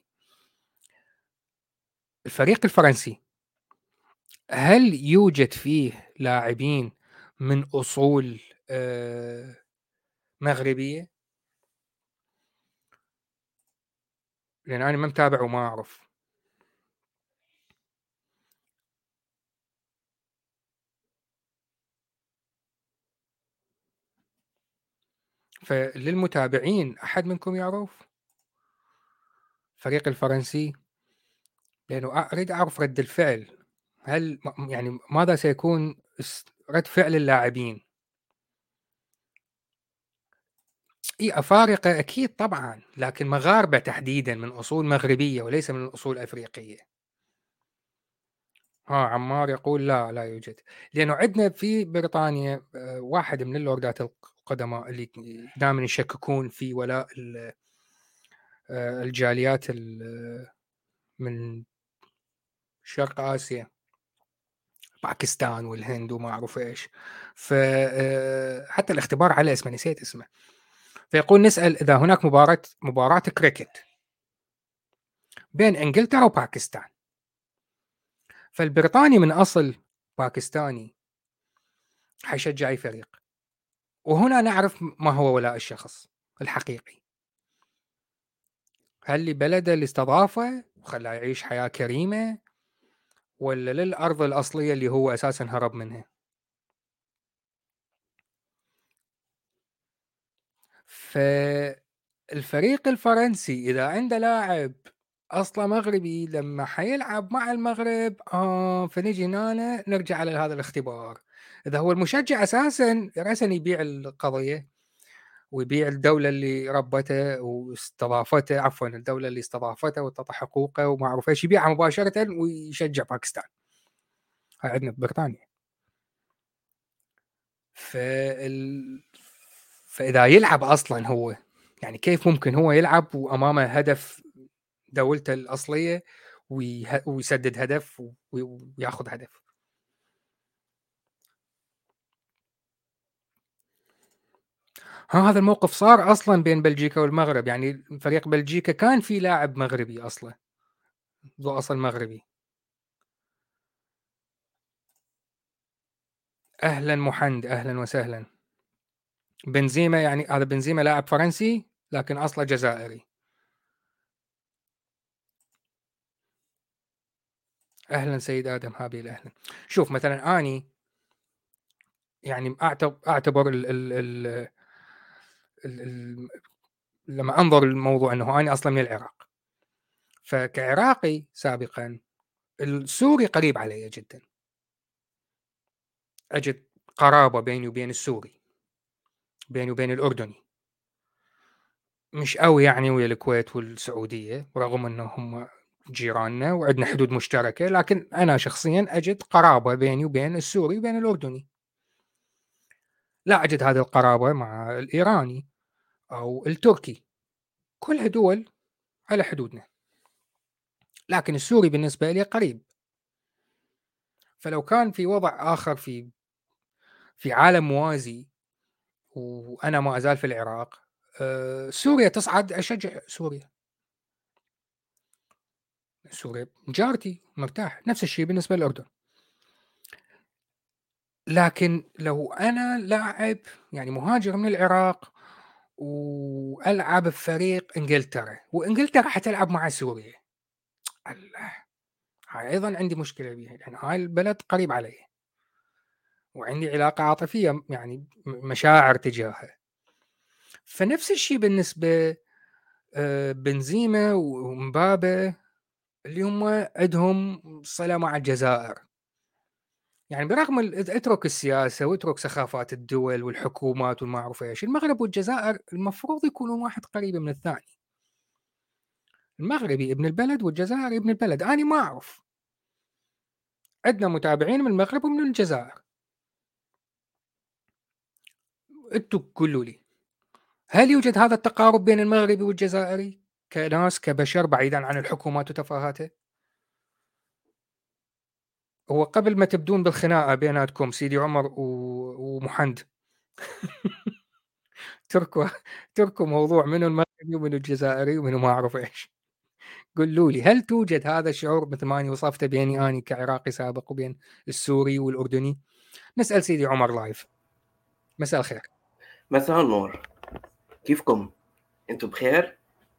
الفريق الفرنسي هل يوجد فيه لاعبين من أصول آآ مغربية؟ لأن أنا ما متابع وما أعرف. فللمتابعين أحد منكم يعرف؟ الفريق الفرنسي؟ لأنه أ أريد أعرف رد الفعل، هل م يعني ماذا سيكون اس رد فعل اللاعبين؟ إي أفارقة أكيد طبعًا، لكن مغاربة تحديدًا من أصول مغربية وليس من أصول أفريقية. آه، عمار يقول لا، لا يوجد، لأنه عندنا في بريطانيا آآ واحد من اللوردات القدماء اللي دائمًا يشككون في ولاء ال آآ الجاليات ال من شرق آسيا، باكستان والهند وما أعرف إيش. ف آآ حتى الاختبار على اسمه، نسيت اسمه. فيقول نسأل إذا هناك مباراة مباراة كريكت بين إنجلترا وباكستان، فالبريطاني من أصل باكستاني حيشجع أي فريق، وهنا نعرف ما هو ولاء الشخص الحقيقي. هل لبلده اللي استضافه وخلاه يعيش حياة كريمة، والّا للأرض الأصلية اللي هو أساسًا هرب منها؟ فالفريق الفرنسي إذا عنده لاعب أصله مغربي لمّا حيلعب مع المغرب آه، فنيجي هنا نرجع على هذا الاختبار. إذا هو المشجع أساسًا رأسًا يبيع القضية ويبيع الدولة اللي ربّته واستضافته، عفوًا الدولة اللي استضافته وتعطى حقوقه وما أعرف إيش، يبيعها مباشرةً ويشجع باكستان. هاي عندنا ببريطانيا. فال فإذا يلعب أصلًا هو، يعني كيف ممكن هو يلعب وأمامه هدف دولته الأصلية ويه ويسدد هدف و وياخذ هدف؟ ها هذا الموقف صار أصلًا بين بلجيكا والمغرب، يعني فريق بلجيكا كان في لاعب مغربي أصلًا، ذو أصل مغربي. أهلًا مُحَنْد، أهلًا وسهلًا. بنزيما يعني هذا بنزيما لاعب فرنسي لكن أصله جزائري. أهلا سيد آدم هابيل أهلا. شوف مثلا أني يعني أعتبر أعتبر ال ال ال ال ال لما أنظر للموضوع أنه أنا أصلا من العراق، فكعراقي سابقا السوري قريب علي جدا، أجد قرابة بيني وبين السوري، بيني وبين الأردني، مش قوي يعني ويا الكويت والسعودية رغم أنهم جيراننا وعندنا حدود مشتركة، لكن أنا شخصيا أجد قرابة بيني وبين السوري وبين الأردني. لا أجد هذه القرابة مع الإيراني أو التركي، كلها دول على حدودنا، لكن السوري بالنسبة لي قريب. فلو كان في وضع آخر في في عالم موازي وأنا ما أزال في العراق، أه سوريا تصعد، أشجع سوريا. سوريا جارتي مرتاح، نفس الشيء بالنسبة للأردن. لكن لو أنا لاعب يعني مهاجر من العراق وألعب بفريق إنجلترا وإنجلترا حتلعب مع سوريا، الله، هاي أيضا عندي مشكلة بها، لأن هاي البلد قريب علي وعندي علاقة عاطفية يعني مشاعر تجاهها. فنفس الشيء بالنسبة آه، بنزيما ومبابي اللي هم عندهم صلة مع الجزائر. يعني برغم ال- اترك السياسة واترك سخافات الدول والحكومات والما أعرف إيش، المغرب والجزائر المفروض يكونون واحد قريب من الثاني. المغربي ابن البلد والجزائري ابن البلد. أنا ما أعرف، عندنا متابعين من المغرب ومن الجزائر، انتوا قولوا لي هل يوجد هذا التقارب بين المغربي والجزائري كناس كبشر بعيدا عن الحكومات وتفاهاتها؟ هو قبل ما تبدون بالخناقة بيناتكم سيدي عمر و... ومحند تركوا تركوا موضوع منو المغربي ومنو الجزائري ومنو ما أعرف إيش. قولوا لي هل توجد هذا الشعور مثل ما أني وصفته بيني أنا كعراقي سابق وبين السوري والأردني؟ نسأل سيدي عمر لايف. مساء الخير. مساء النور، كيفكم؟ انتم بخير؟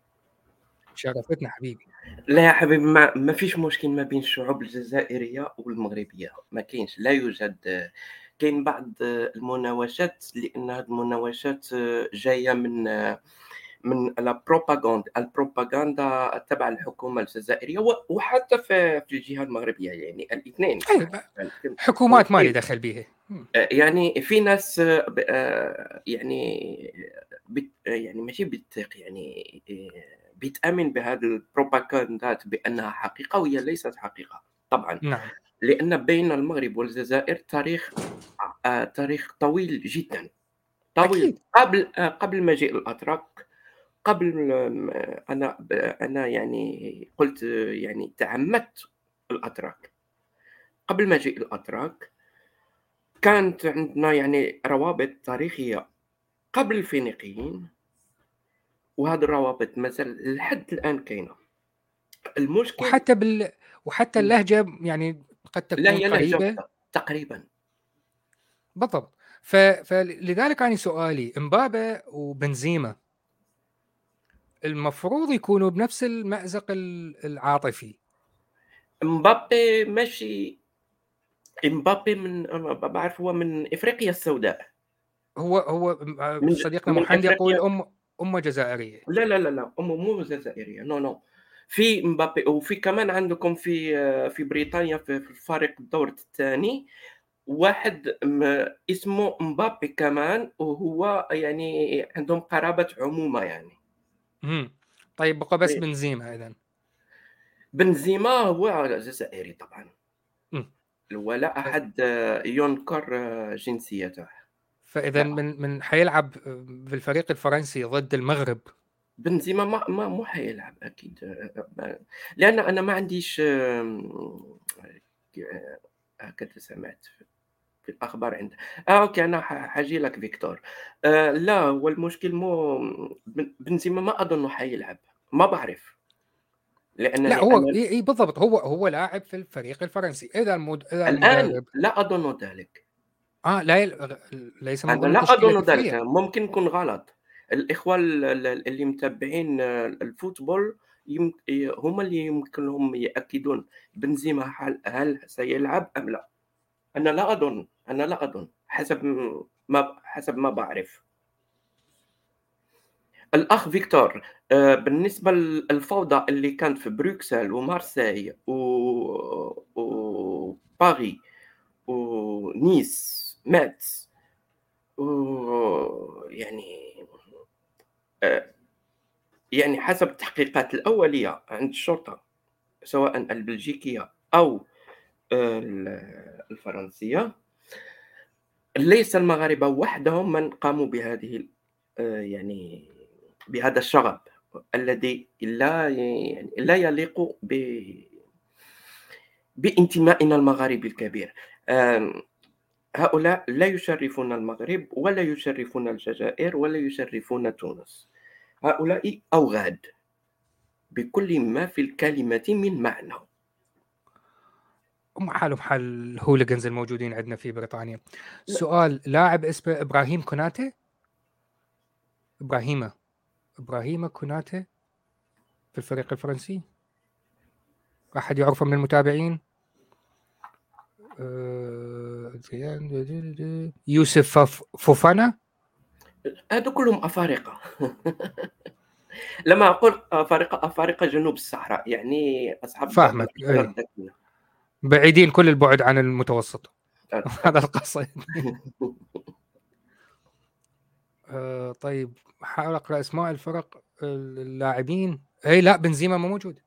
شرفتنا حبيبي. لا يا حبيبي، ما, ما فيش مشكل ما بين الشعوب الجزائرية والمغربية، ما كاينش، لا يوجد. كاين بعض المناوشات، لأن هذه المناوشات جاية من من البروباغندا البروباغندا تبع الحكومة الجزائرية و- وحتى في في الجهة المغربية، يعني الاثنين. أي حكومات ما لي دخل بيها. يعني في ناس ب- آه، يعني بت يعني ماشي بتثق، يعني آه، بتآمن بهذه البروباغندات بأنها حقيقة وهي ليست حقيقة طبعا، نعم لأن بين المغرب والجزائر تاريخ آه، تاريخ طويل جدا، طويل أكيد. قبل آه، قبل مجيء الأتراك. قبل آه، أنا ب- أنا يعني قلت آه، يعني تعمدت الأتراك. قبل مجيء الأتراك كانت عندنا يعني روابط تاريخية قبل الفينيقيين، وهذه الروابط مازال لحد الآن كاينة. المشكل وحتى بال وحتى اللهجة يعني قد لا تكون هي لهجة قريبة. واحدة تقريبا. بالضبط. ف... فلذلك أنا سؤالي امبابة وبنزيما المفروض يكونوا بنفس المأزق ال- العاطفي. مبابي ماشي، مبابي من أنا ب باعرف هو من إفريقيا السوداء، هو هو م- من ج صديقنا من محمد يقول إفريقيا. أم أمه جزائرية. لا، لا، لا، لا، أمه مو جزائرية، no no. في مبابي وفي كمان عندكم في في بريطانيا في في الفريق الدور الثاني واحد م اسمه مبابي كمان، وهو يعني عندهم قرابة عمومة يعني. امم طيب بقى بس طيب. بنزيما إذن. بنزيما هو جزائري طبعًا، امم ولا ف... أحد ينكر جنسيته. فإذا لا، من من حيلعب في الفريق الفرنسي ضد المغرب. بنزيما ما ما مو حيلعب أكيد، ب لأن أنا ما عنديش آمم، ك هكذا سمعت في الأخبار عند آه أوكي، أنا ح حاجي لك فيكتور. آآ لا، هو المشكل مو بن بنزيما، ما أظنه حيلعب، ما باعرف، لا لأنني هو أنا اي إي بالضبط، هو هو لاعب في الفريق الفرنسي. اذا المد... اذا الآن المدرب لا أظن ذلك. آه لا يل... ليس من أنا ضمن لا تشكيلة أظن ذلك، إفريقيا. ممكن يكون غلط. الإخوة ال ال اللي متابعين الفوتبول يم ي هم اللي يمكن لهم يأكدون بنزيما هل هل سيلعب أم لا؟ أنا لا أظن، أنا لا أظن حسب م ما حسب ما باعرف. الأخ فيكتور، آآ بالنسبة للفوضى اللي كانت في بروكسل ومارسيل و وباريس ونيس، ميتز، ويعني آآ يعني حسب التحقيقات الأولية عند الشرطة سواء البلجيكية أو ال الفرنسية، ليس المغاربة وحدهم من قاموا بهذه ال آآ يعني بهذا الشغب الذي لا يعني لا يليق ب بانتمائنا المغاربي الكبير. آمم هؤلاء لا يشرفون المغرب ولا يشرفون الجزائر ولا يشرفون تونس. هؤلاء أوغاد بكل ما في الكلمة من معنى. هم حالهم حال الهوليجنز الموجودين عندنا في بريطانيا. سؤال: لاعب اسمه إبراهيم كوناتي؟ إبراهيم إبراهيم كوناتي في الفريق الفرنسي؟ أحد يعرفه من المتابعين؟ أه... يوسف فف... فوفانا؟ هادو كلهم أفارقة. لما أقول أفارقة، أفارقة جنوب الصحراء، يعني أصحاب فاهمك، الذاكرة أي الذكية. بعيدين كل البعد عن المتوسط. هذا القصد. أه طيب، حاول أقرأ أسماء الفرق اللاعبين. أي لا، بنزيما مو موجود.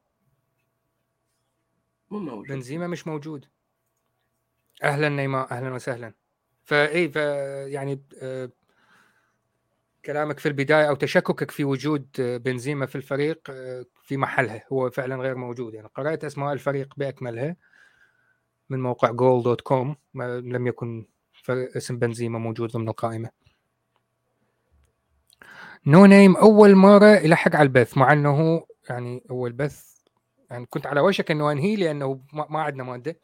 مو موجود. بنزيما مش موجود. أهلا نيمار، أهلا وسهلا. فاي ف يعني آه، كلامك في البدايه او تشككك في وجود آه، بنزيما في الفريق آه، في محلها، هو فعلا غير موجود. يعني قرأت اسماء الفريق باكملها من موقع جول دوت كوم، لم يكن اسم بنزيما موجود ضمن القائمه. نو نيم اول مره يلحق على البث، مع انه يعني اول بث يعني كنت على وشك انه انهي لانه ما, ما عندنا ماده.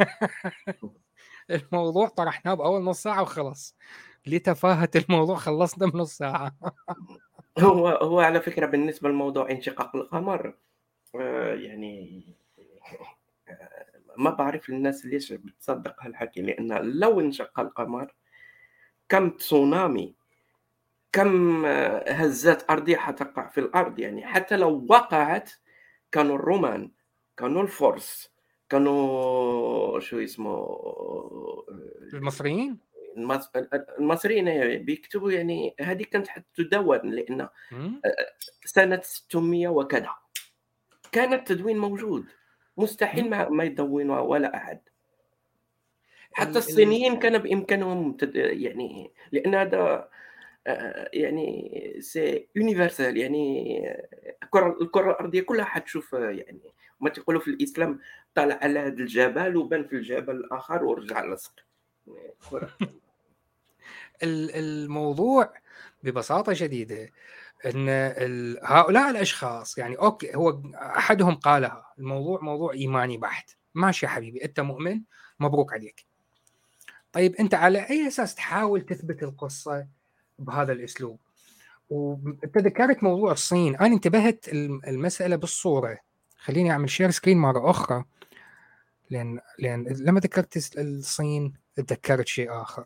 الموضوع طرحناه باول نص ساعه وخلص. لتفاهه الموضوع خلصنا بنص ساعه. هو هو على فكرة بالنسبة لموضوع انشقاق القمر، آآ يعني آآ ما باعرف الناس ليش بتصدق هالحكي، لأن لو انشق القمر كم تسونامي، كم آه، هزات أرضية حتقع في الأرض. يعني حتى لو وقعت كانوا الرومان، كانوا الفرس، كانوا شو اسمه آآ المصريين. المص المصريين بيكتبوا، يعني هذه كانت حتدوّن لأن آآ مم. سنة ستمية وكذا كان التدوين موجود، مستحيل مم. ما ما يدوّنها ولا أحد. حتى ال ال الصينيين كان بإمكانهم تد يعني لأن هذا آآ يعني c'est universel، يعني الكرة الكرة الأرضية كلها حتشوف، يعني هُما تيقولوا في الإسلام طلع على هذا الجبل وبان في الجبل الآخر ورجع لصق. كرة. ال الموضوع ببساطة شديدة أن ال هؤلاء الأشخاص، يعني أوكي، هو أحدهم قالها، الموضوع موضوع إيماني بحت. ماشي يا حبيبي، أنت مؤمن، مبروك عليك. طيب أنت على أي أساس تحاول تثبت القصة بهذا الأسلوب؟ وأنت ذكرت موضوع الصين، أنا انتبهت المسألة بالصورة. خليني أعمل شير سكرين مرة أخرى، لأن لأن لما ذكرت الصين تذكرت شيء آخر.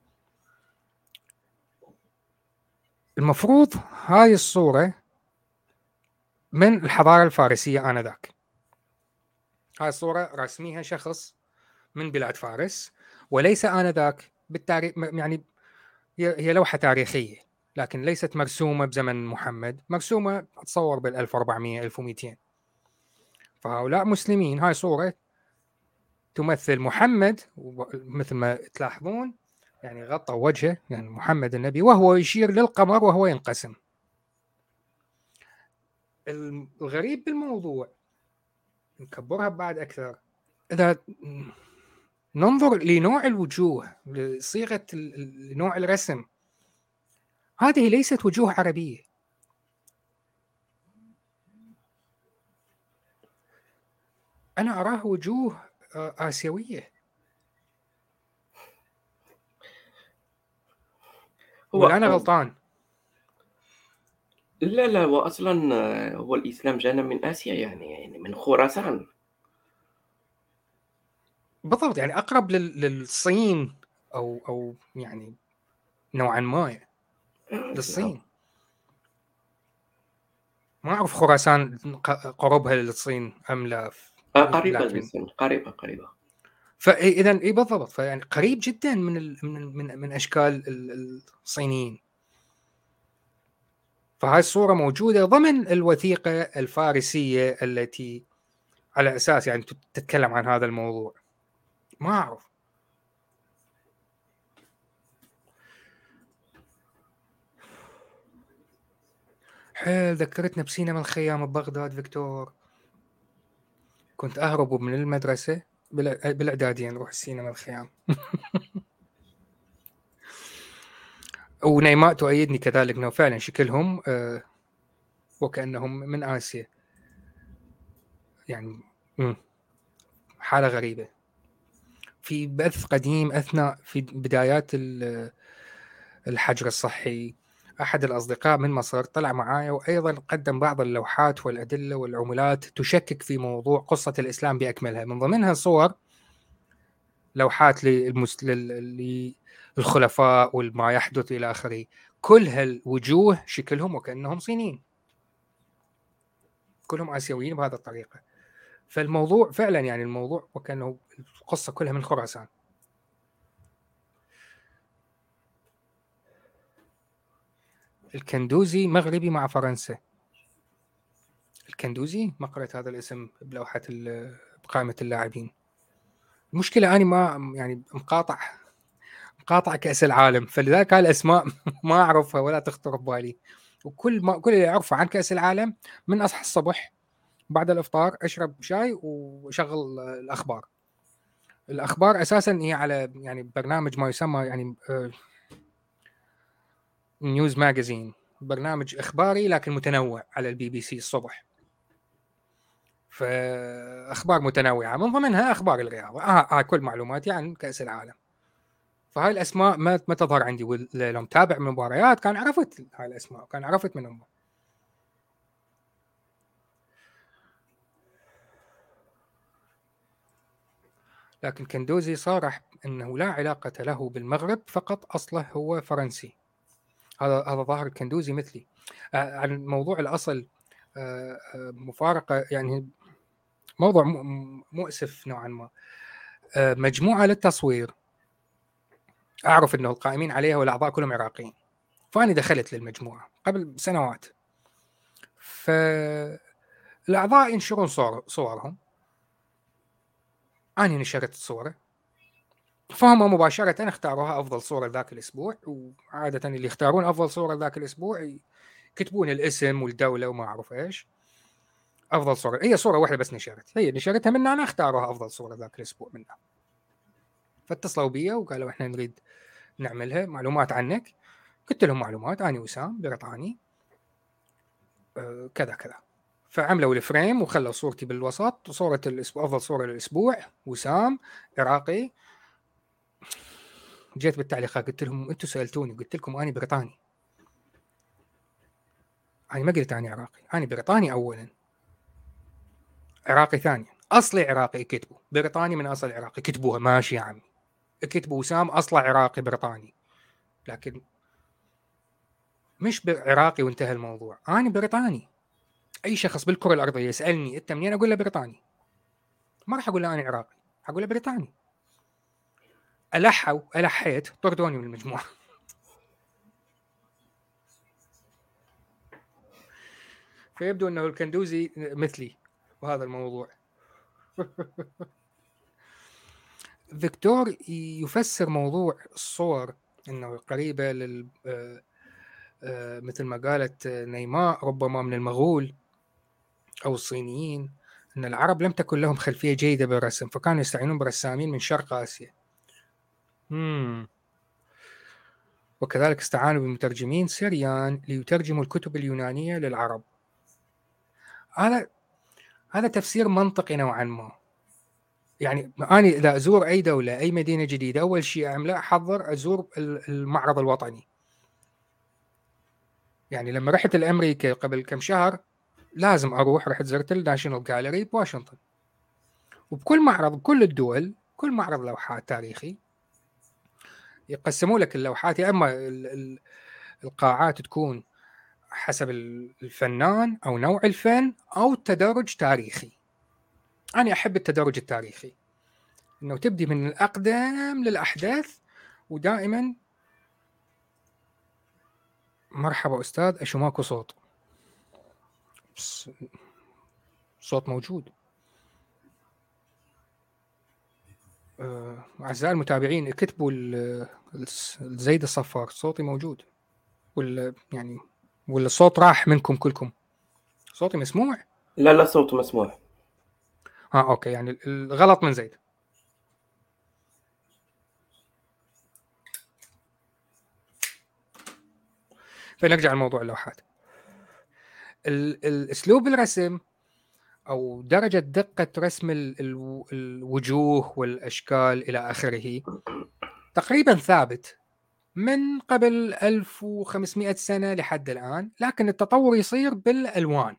المفروض هاي الصورة من الحضارة الفارسية آنذاك. هاي الصورة رسميها شخص من بلاد فارس، وليس آنذاك بالتاريخ. يعني هي لوحة تاريخية، لكن ليست مرسومة بزمن محمد، مرسومة أتصور بال ألف وأربعمية ألف ومئتين. فهؤلاء مسلمين. هاي صورة تمثل محمد، مثل ما تلاحظون يعني غطى وجهه، يعني محمد النبي، وهو يشير للقمر وهو ينقسم. الغريب بالموضوع نكبرها بعد أكثر، إذا ننظر لنوع الوجوه، لصيغة نوع الرسم، هذه ليست وجوه عربية. أنا أراه وجوه آسيوية. هو والّا أنا غلطان؟ لا، لا، هو أصلًا آه، هو الإسلام جانا من آسيا يعني يعني من خراسان. بالضبط، يعني أقرب لل للصين أو أو يعني نوعًا ما آه، نعم. للصين. ما أعرف خراسان ق قربها للصين أم لا، ف آه، قريبة لكن للصين، قريبة، قريبة. فإ إذًا إي بالضبط، فيعني قريب جدًا من ال من من من أشكال ال الصينيين. فهاي الصورة موجودة ضمن الوثيقة الفارسية التي على أساس يعني تت تتكلم عن هذا الموضوع. ما أعرف. حيل ذكّرتنا بسينما الخيام ببغداد فيكتور. كنت أهرب من المدرسة بال بالإعدادية نروح السينما الخيام. ونيماء تؤيدني كذلك أنه فعلًا شكلهم آآ وكأنهم من آسيا. يعني إمم، حالة غريبة. في بث قديم أثناء في بدايات ال الحجر الصحي، أحد الأصدقاء من مصر طلع معايا وأيضًا قدّم بعض اللوحات والأدلة والعملات تشكك في موضوع قصة الإسلام بأكملها، من ضمنها صور لوحات للمس لل للخلفاء وما يحدث إلى آخره. كل هالوجوه شكلهم وكأنهم صينيين. كلهم آسيويين بهذه الطريقة. فالموضوع فعلًا يعني الموضوع وكأنه القصة كلها من خراسان. الكندوزي مغربي مع فرنسا. الكندوزي ما قرأت هذا الاسم بلوحة ال بقائمة اللاعبين. المشكلة أني ما يعني مقاطع مقاطع كأس العالم، فلذلك هاي الأسماء ما أعرفها ولا تخطر ببالي. وكل ما كل اللي أعرفه عن كأس العالم من أصحى الصبح بعد الإفطار أشرب شاي وأشغل الأخبار. الأخبار أساسًا هي على يعني برنامج ما يسمى يعني آآ نيوز ماجازين، برنامج إخباري لكن متنوع على البي بي سي الصبح. فأخبار متنوعة من ضمنها أخبار الرياضة. آه, آه كل معلوماتي عن كأس العالم. فهاي الأسماء ما ما تظهر عندي، ولو متابع مباريات كان عرفت هاي الأسماء وكان عرفت من هم. لكن كندوزي صارح أنه لا علاقة له بالمغرب، فقط أصله هو فرنسي. هذا هذا ظاهر الكندوزي مثلي. آه عن موضوع الأصل آه آه مفارقة يعني موضوع مؤسف نوعا ما. آه مجموعة للتصوير أعرف أنه القائمين عليها والأعضاء كلهم عراقيين، فأنا دخلت للمجموعة قبل سنوات. فالأعضاء ينشرون صور صورهم، أنا نشرت الصورة، فهم مباشرة اختاروها أفضل صورة ذاك الأسبوع. وعادة اللي يختارون أفضل صورة ذاك الأسبوع يكتبون الاسم والدولة وما أعرف إيش. أفضل صورة هي صورة واحدة بس نشرت، هي نشرتها منا أنا، اختاروها أفضل صورة ذاك الأسبوع منا. فاتصلوا بي وقالوا إحنا نريد نعملها معلومات عنك. قلت لهم معلومات، أنا وسام بريطاني أه كذا كذا. فعملوا الفريم وخلوا صورتي بالوسط، صورة الأسبوع أفضل صورة للأسبوع وسام عراقي. جيت بالتعليقات قلت لهم أنتم سألتوني قلت لكم أنا بريطاني. أنا ما قلت أنا عراقي، أنا بريطاني أولا، عراقي ثانيا، أصلي عراقي كتبوا، بريطاني من أصل عراقي كتبوها، ماشي يا عمي كتبوا وسام أصله عراقي بريطاني، لكن مش عراقي وانتهى الموضوع. أنا بريطاني. أي شخص بالكرة الأرضية يسألني أنت منين أقول له بريطاني، ما راح أقول له أنا عراقي، أقول له بريطاني. ألحوا ألحيت طردوني من المجموعة. فيبدو أنه الكندوزي مثلي وهذا الموضوع. فيكتور يفسر موضوع الصور أنه قريبة لل مثل ما قالت نيماء ربما من المغول أو الصينيين، أن العرب لم تكن لهم خلفية جيدة بالرسم، فكانوا يستعينون برسامين من شرق آسيا. مم. وكذلك استعانوا بمترجمين سريان ليترجموا الكتب اليونانية للعرب. هذا هذا تفسير منطقي نوعا ما. يعني أنا إذا أزور أي دولة أي مدينة جديدة أول شيء أعمله أحضر أزور المعرض الوطني يعني لما رحت لأمريكا قبل كم شهر لازم أروح، رحت زرت الناشونال جاليري بواشنطن، وبكل معرض بكل الدول كل معرض لوحات تاريخي يقسموا لك اللوحات، يا اما القاعات تكون حسب الفنان او نوع الفن او تدرج تاريخي. انا احب التدرج التاريخي، انه تبدي من الاقدم للاحداث، ودائما مرحبا استاذ اشو ماكو صوت، صوت موجود. آه، أعزائي المتابعين اكتبوا الزيد الصفار صوتي موجود ولا يعني ولا الصوت راح منكم كلكم؟ صوتي مسموع؟ لا لا صوته مسموع. اه اوكي، يعني الغلط من زيد. فنرجع لموضوع اللوحات. الاسلوب الرسم او درجه دقه رسم الوجوه والاشكال الى اخره تقريبا ثابت من قبل ألف وخمسمائة سنه لحد الان، لكن التطور يصير بالالوان،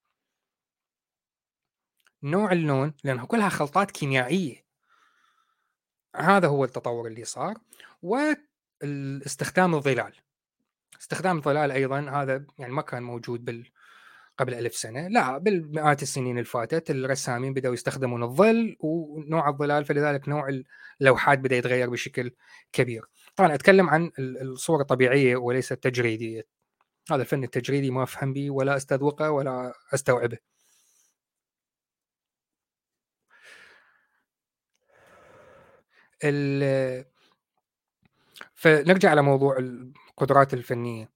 نوع اللون، لانها كلها خلطات كيميائيه. هذا هو التطور اللي صار. واستخدام الظلال، استخدام الظلال ايضا هذا يعني ما كان موجود بال قبل ألف سنة، لا بالمئات السنين اللي فاتت الرسامين بدأوا يستخدمون الظل ونوع الظلال، فلذلك نوع اللوحات بدأ يتغير بشكل كبير. طبعا أتكلم عن الصور الطبيعية وليس التجريدية، هذا الفن التجريدي ما أفهم به ولا أستذوقه ولا أستوعبه. فنرجع على موضوع القدرات الفنية.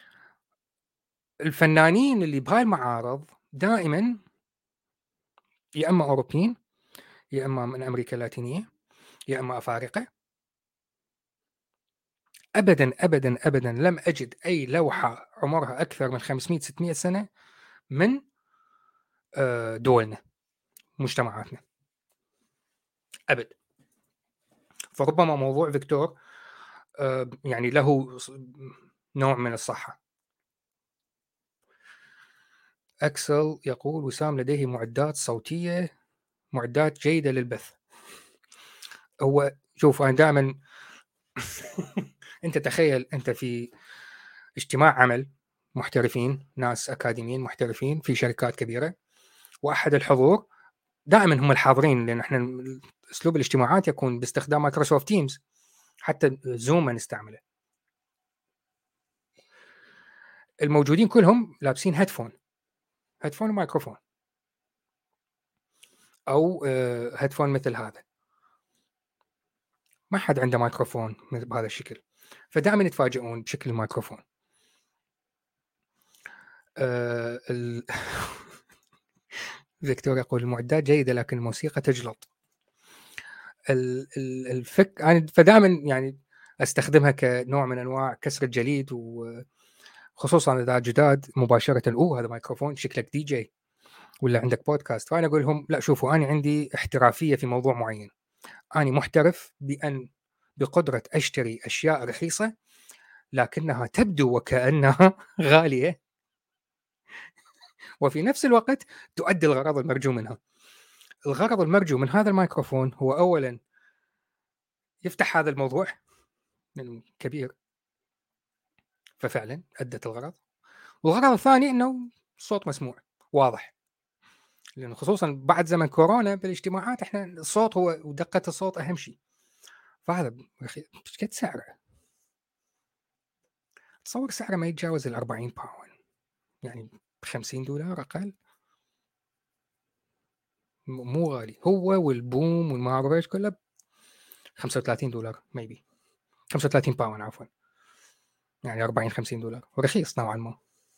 الفنانين اللي بهاي المعارض دائما يا اما اوروبيين، يا اما من امريكا اللاتينيه، يا اما افارقه. ابدا ابدا ابدا لم اجد اي لوحه عمرها اكثر من خمسمائة ستمائة سنه من دولنا مجتمعاتنا ابد. فربما موضوع فيكتور يعني له نوع من الصحه. اكسل يقول وسام لديه معدات صوتيه، معدات جيده للبث. هو شوف انا دائما انت تخيل انت في اجتماع عمل محترفين، ناس اكاديميين محترفين في شركات كبيره، واحد الحضور دائما هم الحاضرين، لان احنا اسلوب الاجتماعات يكون باستخدام مايكروسوفت تيمز، حتى زوم نستعمله. الموجودين كلهم لابسين هيدفون، هيدفون وميكروفون او هيدفون مثل هذا، ما حد عنده ميكروفون بهذا الشكل، فدائما يتفاجئون بشكل الميكروفون. أه ال... فيكتور يقول المعدات جيدة لكن الموسيقى تجلط. الفك أنا فدائما يعني استخدمها كنوع من انواع كسر الجليد، وخصوصا اذا جداد مباشره اوه هذا ميكروفون شكلك دي جي ولا عندك بودكاست. فانا اقول لهم لا شوفوا انا عندي احترافيه في موضوع معين، انا محترف بان بقدره اشتري اشياء رخيصه لكنها تبدو وكانها غاليه، وفي نفس الوقت تؤدي الغرض المرجو منها. الغرض المرجو من هذا الميكروفون هو اولا يفتح هذا الموضوع لانه كبير ففعلا ادت الغرض، والغرض الثاني انه الصوت مسموع واضح، لانه خصوصا بعد زمن كورونا بالاجتماعات احنا الصوت هو ودقه الصوت اهم شيء. فهذا ايش قد سعره؟ تصور سعره ما يتجاوز ال أربعين باوند، يعني ب خمسين دولار اقل، مو غالي. هو والبوم والما اعرف ايش كله خمسة وثلاثين دولار ميبي، خمسة وثلاثين باوند عفوا، يعني أربعين خمسين دولار، ورخيص نوعا ما.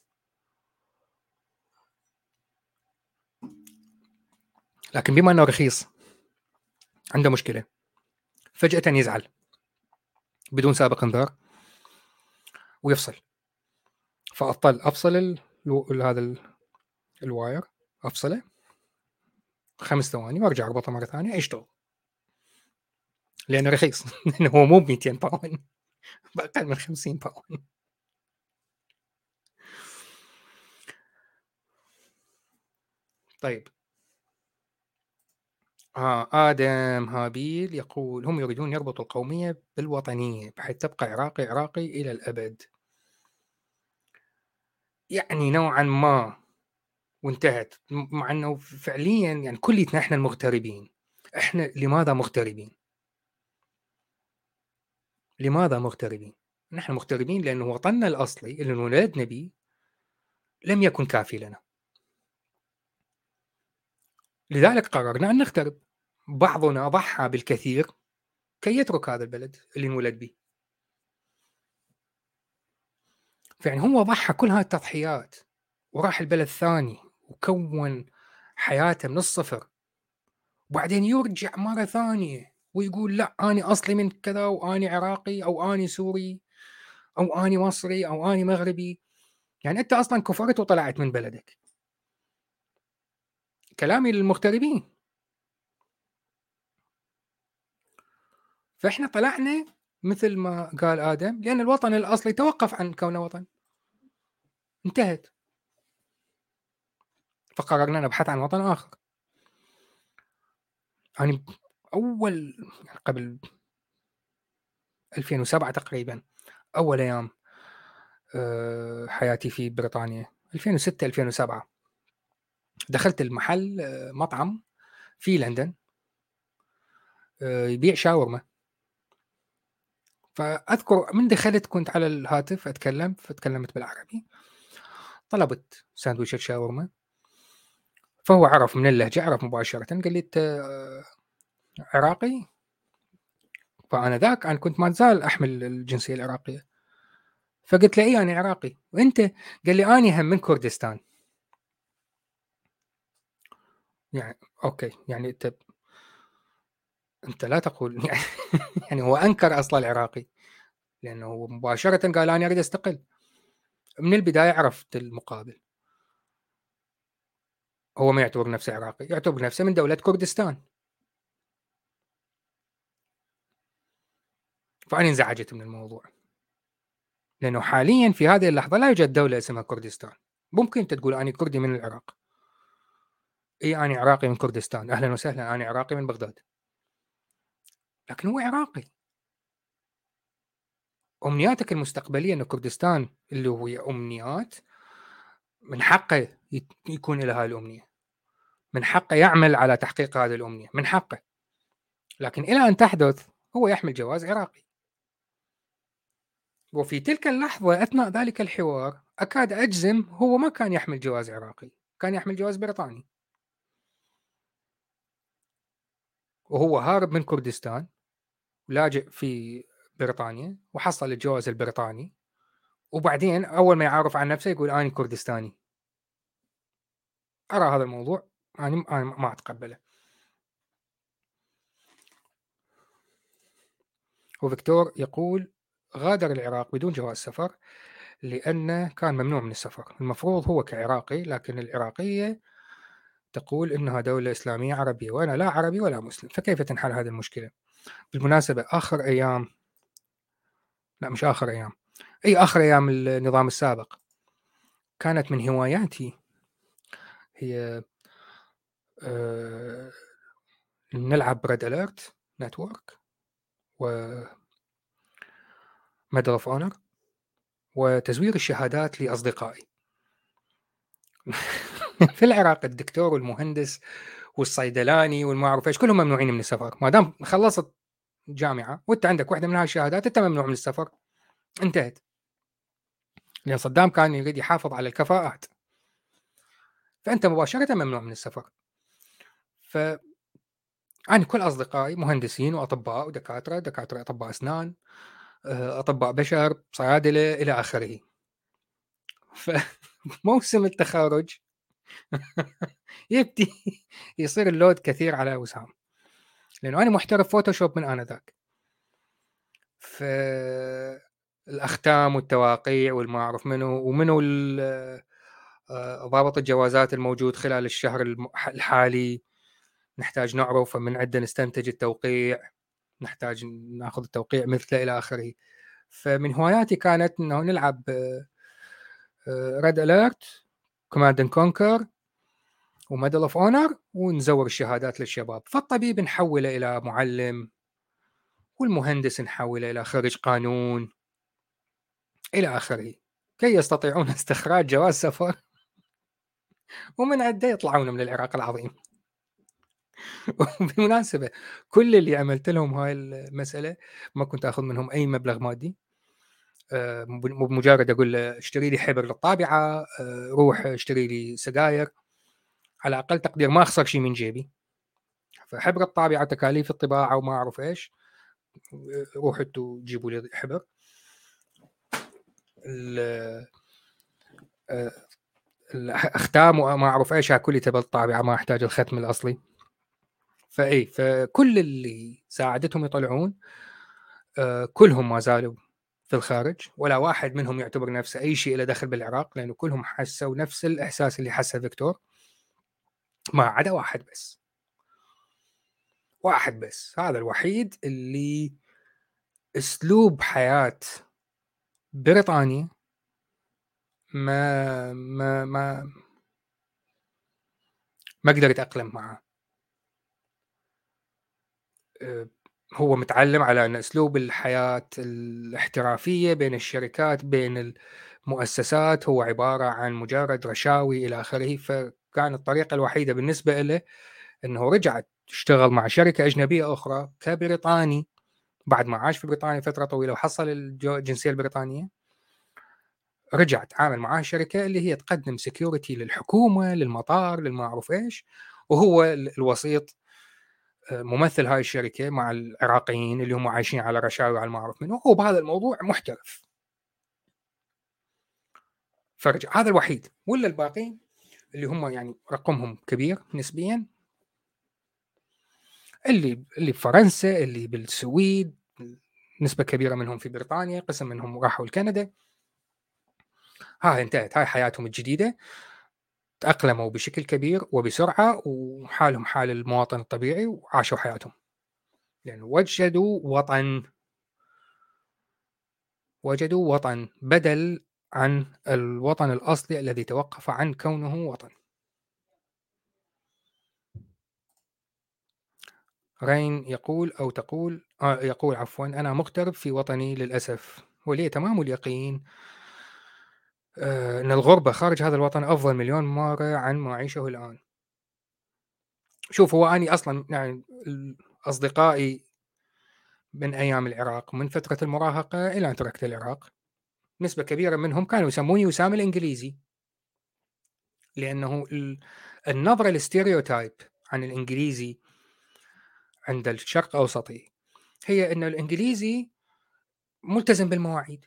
لكن بما انه رخيص عنده مشكله، فجاه يزعل بدون سابق انذار ويفصل. فاضطر افصل ال... هذا ال... الواير، افصله خمس ثواني وارجع اربطه مره ثانيه يشتغل، لانه رخيص. لانه هو مو ب مئتين باوند، باقل من خمسين باوند. طيب آه آدم هابيل يقول هم يريدون يربطوا القومية بالوطنية بحيث تبقى عراقي عراقي إلى الأبد. يعني نوعا ما وانتهت، مع أنه فعليا يعني كليتنا إحنا المغتربين. إحنا لماذا مغتربين؟ لماذا مغتربين؟ نحن مغتربين لأنه وطننا الأصلي اللي انولدنا به لم يكن كافي لنا، لذلك قررنا أن نغترب. بعضنا ضحى بالكثير كي يترك هذا البلد اللي انولد به، فيعني هو ضحى كل هاي التضحيات وراح البلد ثاني وكون حياته من الصفر، وبعدين يرجع مرة ثانية ويقول لا أنا أصلي من كذا وأنا عراقي أو أنا سوري أو أنا مصري أو أنا مغربي. يعني أنت أصلا كفرت وطلعت من بلدك. كلامي للمغتربين. فإحنا طلعنا مثل ما قال آدم لأن الوطن الأصلي توقف عن كونه وطن، انتهت، فقررنا نبحث عن وطن آخر. أنا أول قبل ألفين وسبعة تقريبا، أول أيام آه، حياتي في بريطانيا ألفين وستة ألفين وسبعة، دخلت المحل آه، مطعم في لندن آه، يبيع شاورما. فأذكر من دخلت كنت على الهاتف أتكلم، فتكلمت بالعربي، طلبت ساندويشة شاورما، فهو عرف من اللهجة، عرف مباشرة، قال لي أنت آه، عراقي؟ فأنا ذاك أنا كنت ما زال أحمل الجنسية العراقية، فقلت له إيه أنا عراقي. وأنت؟ قال لي أنا هم من كردستان. يعني أوكي، يعني أنت أنت لا تقول يعني, يعني هو أنكر أصل العراقي لأنه هو مباشرة قال أنا أريد أستقل. من البداية عرفت المقابل، هو ما يعتبر نفسه عراقي، يعتبر نفسه من دولة كردستان. فأنا انزعجت من الموضوع لأنه حاليا في هذه اللحظة لا يوجد دولة اسمها كردستان. ممكن أنت تقول أنا كردي من العراق، إي أنا عراقي من كردستان، أهلا وسهلا، أنا عراقي من بغداد، لكن هو عراقي. أمنياتك المستقبلية أن كردستان اللي هو أمنيات من حقه يكون إلى هذه الأمنية، من حقه يعمل على تحقيق هذه الأمنية، من حقه، لكن إلى أن تحدث هو يحمل جواز عراقي. وفي تلك اللحظة أثناء ذلك الحوار أكاد أجزم هو ما كان يحمل جواز عراقي، كان يحمل جواز بريطاني، وهو هارب من كردستان ولاجئ في بريطانيا وحصل الجواز البريطاني، وبعدين أول ما يعرف عن نفسه يقول أنا كردستاني. أرى هذا الموضوع أنا أنا ما أتقبله. وفيكتور يقول غادر العراق بدون جواز سفر لأنه كان ممنوع من السفر. المفروض هو كعراقي، لكن العراقية تقول إنها دولة إسلامية عربية وأنا لا عربي ولا مسلم، فكيف تنحل هذه المشكلة؟ بالمناسبة آخر أيام، لا مش آخر أيام، أي آخر أيام النظام السابق، كانت من هواياتي هي أه نلعب ريد أليرت نتورك و ميدل اوف اونر وتزوير الشهادات لأصدقائي. في العراق الدكتور والمهندس والصيدلاني والما اعرف ايش كلهم ممنوعين من السفر. ما دام خلصت جامعه وانت عندك واحده من هاي الشهادات انت ممنوع من السفر، انتهت. لان صدام كان يريد يحافظ على الكفاءات، فانت مباشره ممنوع من السفر. ف انا كل اصدقائي مهندسين واطباء ودكاتره، دكاتره اطباء اسنان، اطباء بشر، صيادله الى اخره. فموسم التخرج يبدي يصير اللود كثير على وسام، لانه انا محترف فوتوشوب من انذاك. فالاختام والتواقيع والما اعرف منو ومنو ضابط الجوازات الموجود خلال الشهر الحالي، نحتاج نعرف من عنده نستنتج التوقيع، نحتاج ناخذ التوقيع مثله الى اخره. فمن هواياتي كانت انه نلعب ريد اليرت، كوماند اند كونكر، وميدل اوف اونر ونزور الشهادات للشباب. فالطبيب نحوله الى معلم، والمهندس نحوله الى خريج قانون الى اخره، كي يستطيعون استخراج جواز سفر ومن عنده يطلعون من العراق العظيم. وبالمناسبة كل اللي عملت لهم هاي المسألة ما كنت أخذ منهم أي مبلغ مادي، آه، مو بمجرد أقول له اشتري لي حبر للطابعة، آه، روح اشتري لي سجاير، على أقل تقدير ما أخسر شيء من جيبي. فحبر الطابعة تكاليف الطباعة وما أعرف إيش، روحوا انتوا جيبوا لي حبر. الأختام وما أعرف إيش كلها تبى الطابعة، ما أحتاج الختم الأصلي. فاي فكل اللي ساعدتهم يطلعون آه كلهم ما زالوا في الخارج، ولا واحد منهم يعتبر نفسه اي شيء له دخل بالعراق، لانه كلهم حسوا نفس الاحساس اللي حسه فيكتور، ما عدا واحد بس. واحد بس هذا الوحيد اللي اسلوب حياة بريطانيا ما ما ما ما قدر يتأقلم معه. آه هو متعلم على أن أسلوب الحياة الاحترافية بين الشركات بين المؤسسات هو عبارة عن مجرد رشاوي إلى آخره. فكان الطريقة الوحيدة بالنسبة له أنه رجع اشتغل مع شركة أجنبية أخرى كبريطاني بعد ما عاش في بريطانيا فترة طويلة وحصل الجنسية البريطانية. رجع تعامل معاه الشركة اللي هي تقدم سيكيورتي للحكومة للمطار للمعروف إيش، وهو الوسيط ممثل هاي الشركة مع العراقيين اللي هم عايشين على رشاوي على المعروف منه، هو بهذا الموضوع محترف. فرجع هذا الوحيد، ولا الباقين اللي هم يعني رقمهم كبير نسبيا، اللي اللي بفرنسا، اللي بالسويد، نسبة كبيرة منهم في بريطانيا، قسم منهم راحوا لكندا. هاي انتهت، هاي حياتهم الجديدة، تأقلموا بشكل كبير وبسرعة وحالهم حال المواطن الطبيعي وعاشوا حياتهم، لأن يعني وجدوا وطن، وجدوا وطن بدل عن الوطن الأصلي الذي توقف عن كونه وطن. رين يقول أو تقول آه يقول عفوا أنا مغترب في وطني للأسف، ولي تمام اليقين آه أن الغربة خارج هذا الوطن أفضل مليون مرة عن ما أعيشه الآن. شوف، هو أني أصلا يعني أصدقائي من أيام العراق من فترة المراهقة إلى أن تركت العراق، نسبة كبيرة منهم كانوا يسموني وسام الإنجليزي، لأنه النظرة الاستيريوتايب عن الإنجليزي عند الشرق أوسطي هي أن الإنجليزي ملتزم بالمواعيد،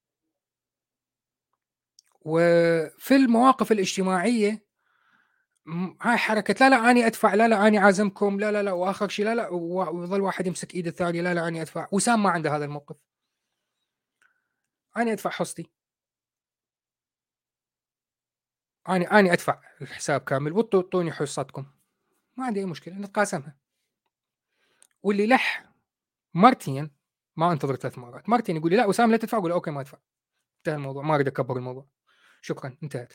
وفي المواقف الاجتماعية هاي حركة لا لا أني أدفع، لا لا أني عازمكم، لا لا لا، وآخر شيء لا لا، ويظل واحد يمسك إيد الثاني لا لا أني أدفع. وسام ما عنده هذا الموقف، أني أدفع حصتي، أني أني أدفع الحساب كامل وتعطوني حصتكم، ما عندي أي مشكلة نتقاسمها. واللي لح مرتين ما انتظر ثلاث مرات، مرتين يقول لي لا وسام لا تدفع، أقول أوكي ما أدفع، انتهى الموضوع، ما أريد أكبر الموضوع، شكرا انتهت.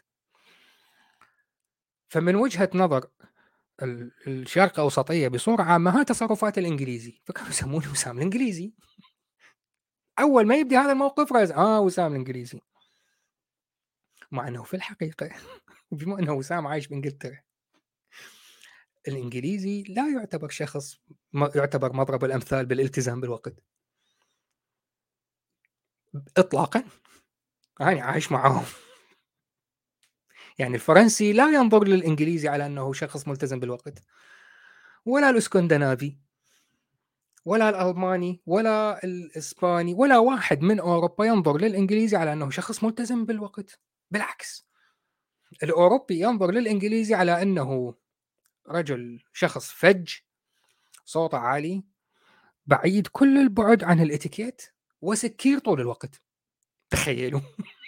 فمن وجهة نظر الشرق أوسطية بصورة عامة هاي تصرفات الإنجليزي، فكانوا يسمونه وسام الإنجليزي. أول ما يبدي هذا الموقف راز آه وسام الإنجليزي، مع أنه في الحقيقة بما أنه وسام عايش بإنجلترا، الإنجليزي لا يعتبر شخص يعتبر مضرب الأمثال بالالتزام بالوقت إطلاقا. أنا عايش معهم. يعني الفرنسي لا ينظر للإنجليزي على أنه شخص ملتزم بالوقت، ولا الاسكندنافي ولا الألماني ولا الإسباني ولا واحد من أوروبا ينظر للإنجليزي على أنه شخص ملتزم بالوقت. بالعكس، الأوروبي ينظر للإنجليزي على أنه رجل شخص فج، صوته عالي، بعيد كل البعد عن الاتيكيت، وسكير طول الوقت. تخيلوا.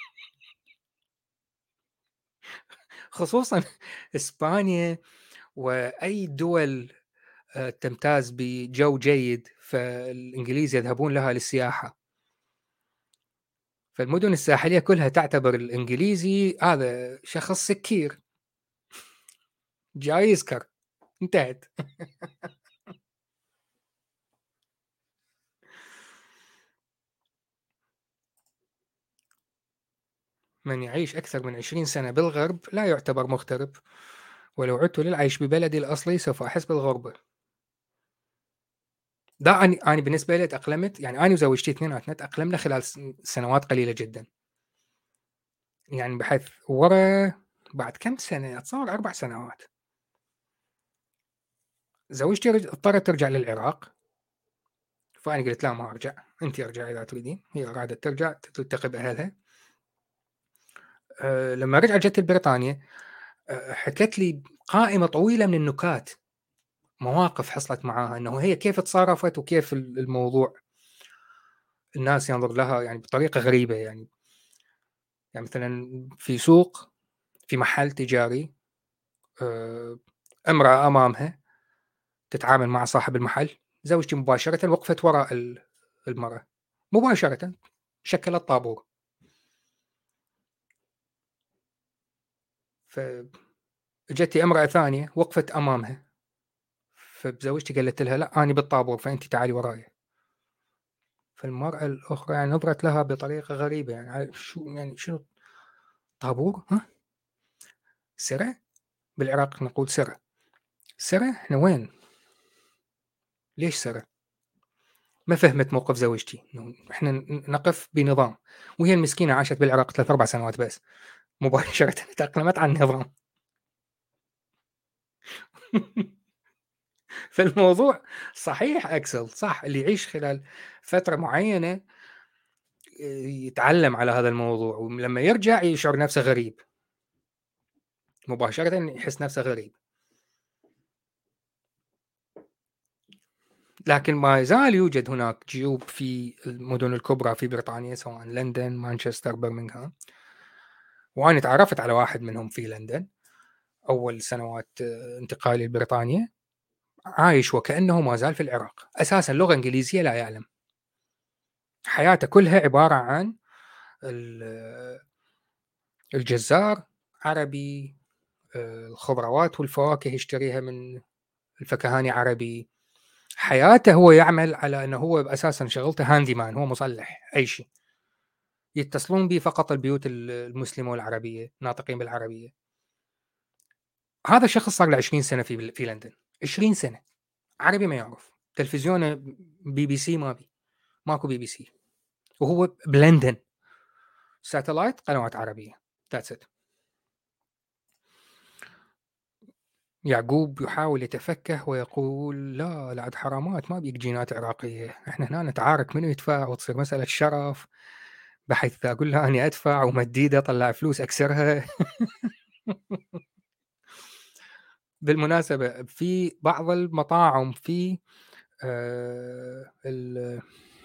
خصوصا إسبانيا وأي دول تمتاز بجو جيد فالإنجليز يذهبون لها للسياحة، فالمدن الساحلية كلها تعتبر الإنجليزي هذا شخص سكير. جاي يسكر، انتهت. من يعيش أكثر من عشرين سنة بالغرب لا يعتبر مغترب، ولو عدت للعيش ببلدي الأصلي سوف أحس بالغربة. ده أنا أنا بالنسبة لي تأقلمت، يعني أنا وزوجتي اثنيناتنا تأقلمنا خلال س سنوات قليلة جدًا. يعني بحيث ورا بعد كم سنة، أتصور أربع سنوات، زوجتي رج اضطرت ترجع للعراق، فأنا قلت لها ما أرجع، أنتِ ارجعي إذا تريدين، هي أرادت ترجع تلتقي بأهلها. آآ لمّا رجعت جت لبريطانيا، آآ حكت لي قائمة طويلة من النكات، مواقف حصلت معاها، إنه هي كيف اتصرفت وكيف ال الموضوع الناس ينظر لها يعني بطريقة غريبة يعني. يعني مثلًا في سوق، في محل تجاري، آآ امرأة أمامها تتعامل مع صاحب المحل، زوجتي مباشرةً وقفت وراء ال المرأة، مباشرةً شكّلت طابور. فإجتني امرأة ثانية وقفت أمامها، فزوجتي قالت لها: "لأ أنا بالطابور فأنتِ تعالي ورايا." فالمرأة الأخرى يعني نظرت لها بطريقة غريبة، يعني ع شو يعني شنو طابور؟ ها؟ سرة؟ بالعراق نقول سرة، سرة؟ إحنا وين؟ ليش سرة؟ ما فهمت موقف زوجتي، إنه إحنا ن نقف بنظام، وهي المسكينة عاشت بالعراق ثلاث أربع سنوات بس، مباشرةً تأقلمت على النظام. فالموضوع صحيح أكسل، صح، اللي يعيش خلال فترة معينة آآ يتعلم على هذا الموضوع، ولمّا يرجع يشعر نفسه غريب، مباشرةً يحس نفسه غريب. لكن ما يزال يوجد هناك جيوب في المدن الكبرى في بريطانيا، سواء لندن، مانشستر، برمنغهام، وأنا تعرفت على واحد منهم في لندن أول سنوات آه، انتقالي لبريطانيا، عايش وكأنه ما زال في العراق، أساسًا لغة إنجليزية لا يعلم، حياته كلها عبارة عن ال الجزار عربي، آآ الخضروات والفواكه يشتريها من الفكهاني عربي، حياته هو يعمل على أنه هو أساسًا شغلته handyman، هو مصلح أي شيء. يتصلون به فقط البيوت ال المسلمة والعربية، ناطقين بالعربية. هذا الشخص صار له عشرين سنة في بل في لندن، عشرين سنة، عربي ما يعرف، تلفزيونه بي بي سي ما بي، ماكو بي بي سي، وهو بلندن، satellite قنوات عربية that's it. يعقوب يحاول يتفكه ويقول: "لا، لا عاد حرامات، ما بيك جينات عراقية، إحنا هنا نتعارك منو يدفع وتصير مسألة شرف، بحيث أقول له أنا أدفع ومديدة أطلع فلوس أكسرها." بالمناسبة في بعض المطاعم في آآ ال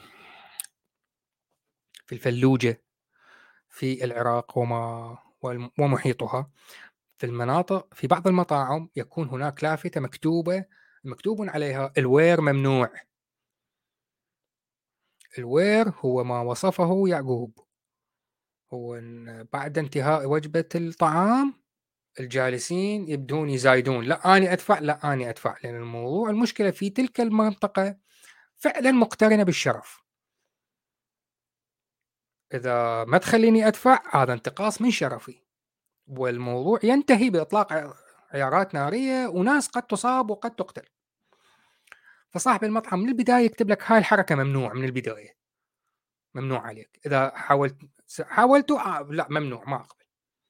في الفلوجة في العراق وما والم ومحيطها، في المناطق في بعض المطاعم يكون هناك لافتة مكتوبة مكتوب عليها الوير ممنوع. الوير هو ما وصفه يعقوب، هو إن بعد انتهاء وجبة الطعام الجالسين يبدون يزايدون، لأ أنا أدفع، لأ أنا أدفع، لأن الموضوع المشكلة في تلك المنطقة فعلًا مقترنة بالشرف. إذا ما تخلّيني أدفع هذا انتقاص من شرفي، والموضوع ينتهي بإطلاق ع عيارات نارية وناس قد تصاب وقد تُقتل. فصاحب المطعم من البداية يكتب لك هاي الحركة ممنوع من البداية، ممنوع عليك، إذا حاولت س حاولتوا آه لأ ممنوع ما أقبل.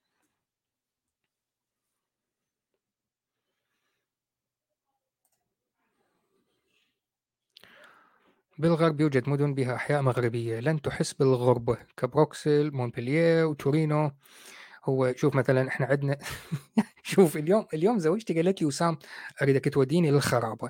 بالغرب يوجد مدن بها أحياء مغربية لن تحس بالغربة كبروكسل، مونبلييه، وتورينو. هو شوف مثلًا إحنا عندنا شوف اليوم اليوم زوجتي قالت لي: "وسام أريدك توديني للخرابة."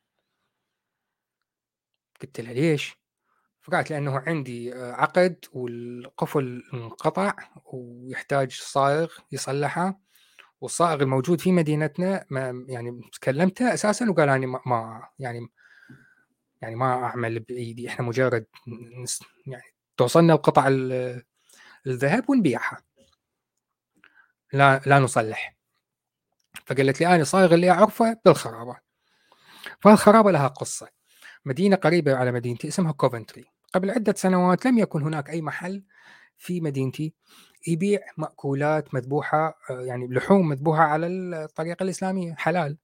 قُلت لها: "ليش؟" فقالت: "لأنه عندي آآ عقد والقفل انقطع ويحتاج صايغ يصلّحه، والصائغ الموجود في مدينتنا ما يعني كلمته أساسًا وقال أنا ما ما يعني يعني ما أعمل بإيدي، إحنا مجرد نس يعني توصلنا القطع ال الذهب ونبيعها، لا لا نصلّح." فقالت لي أنا صايغ اللي أعرفه بالخرابة. فالخرابة لها قصة. مدينة قريبة على مدينتي اسمها كوفنتري. قبل عدة سنوات لم يكن هناك أي محل في مدينتي يبيع مأكولات مذبوحة، يعني لحوم مذبوحة على الطريقة الإسلامية حلال.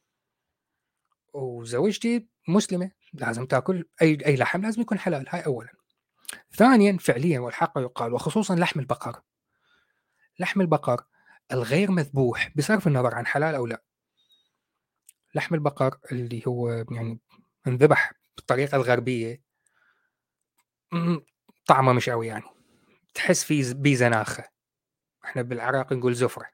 وزوجتي مسلمة، لازم تاكل أي أي لحم لازم يكون حلال. هاي أولا. ثانيا فعليا والحق يقال، وخصوصا لحم البقر، لحم البقر الغير مذبوح بصرف النظر عن حلال أو لا، لحم البقر اللي هو يعني انذبح بالطريقة الغربية طعمه مش قوي، يعني تحس فيه بيه زناخة، احنا بالعراق نقول زفرة.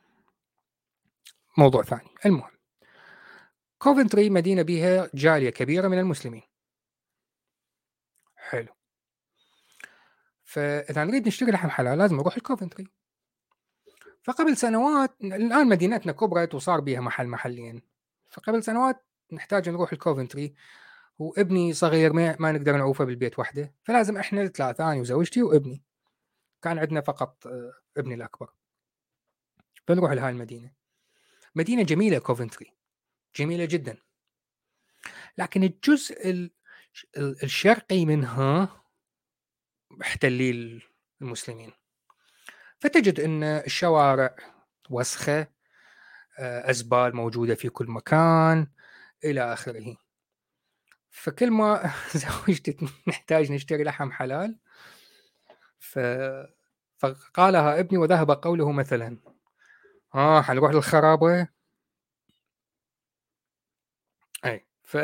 موضوع ثاني. المهم، كوفنتري مدينة بها جالية كبيرة من المسلمين. حلو. فإذا نريد نشتري لحم حلال لازم نروح الكوفنتري. فقبل سنوات، الآن مدينتنا كبرت وصار بها محل محلين، فقبل سنوات نحتاج نروح الكوفنتري، وابني صغير ما, ما نقدر نعوفه بالبيت وحده، فلازم احنا الثلاثة، أنا وزوجتي وابني، كان عندنا فقط ابني الأكبر. فنروح لهاي المدينة. مدينة جميلة كوفنتري، جميلة جدا، لكن الجزء الشرقي منها محتلي المسلمين. فتجد أن الشوارع وسخة، أزبال موجودة في كل مكان إلى آخره. فكل ما زوجتي نحتاج نشتري لحم حلال ف... فقالها ابني وذهب قوله مثلا، ها آه حنروح للخرابة. أي ف...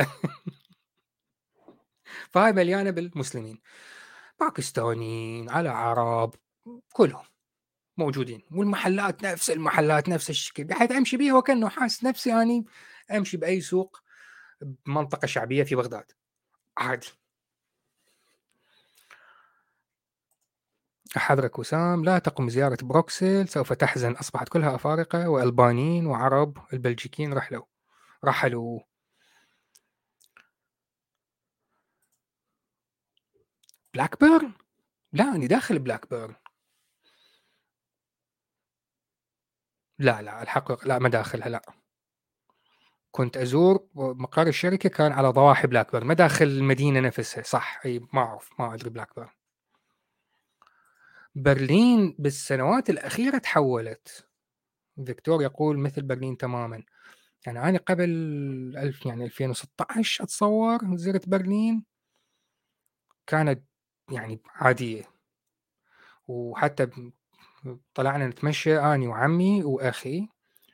فهاي مليانة بالمسلمين، باكستانيين على عرب، كلهم موجودين، والمحلات نفس المحلات نفس الشكل، بحيث أمشي بيه وكأنه حاس نفسي أني أمشي بأي سوق بمنطقة شعبية في بغداد عادي. أحذرك وسام، لا تقم زيارة بروكسل، سوف تحزن، أصبحت كلها أفارقة وألبانيين وعرب، البلجيكيين رحلوا رحلوا. بلاك بيرن؟ لا أنا داخل بلاك بيرن. لا لا الحق لا ما داخلها، لا كنت أزور مقر الشركة كان على ضواحي بلاك بيرن، ما داخل المدينة نفسها. صح، أي ما أعرف، ما أدري بلاك بيرن. برلين بالسنوات الأخيرة تحولت. فيكتور يقول مثل برلين تماما. يعني أنا قبل ألف يعني ألفين وستة عشر أتصور زرت برلين، كانت يعني عادية، وحتى طلعنا نتمشى أنا وعمي وأخي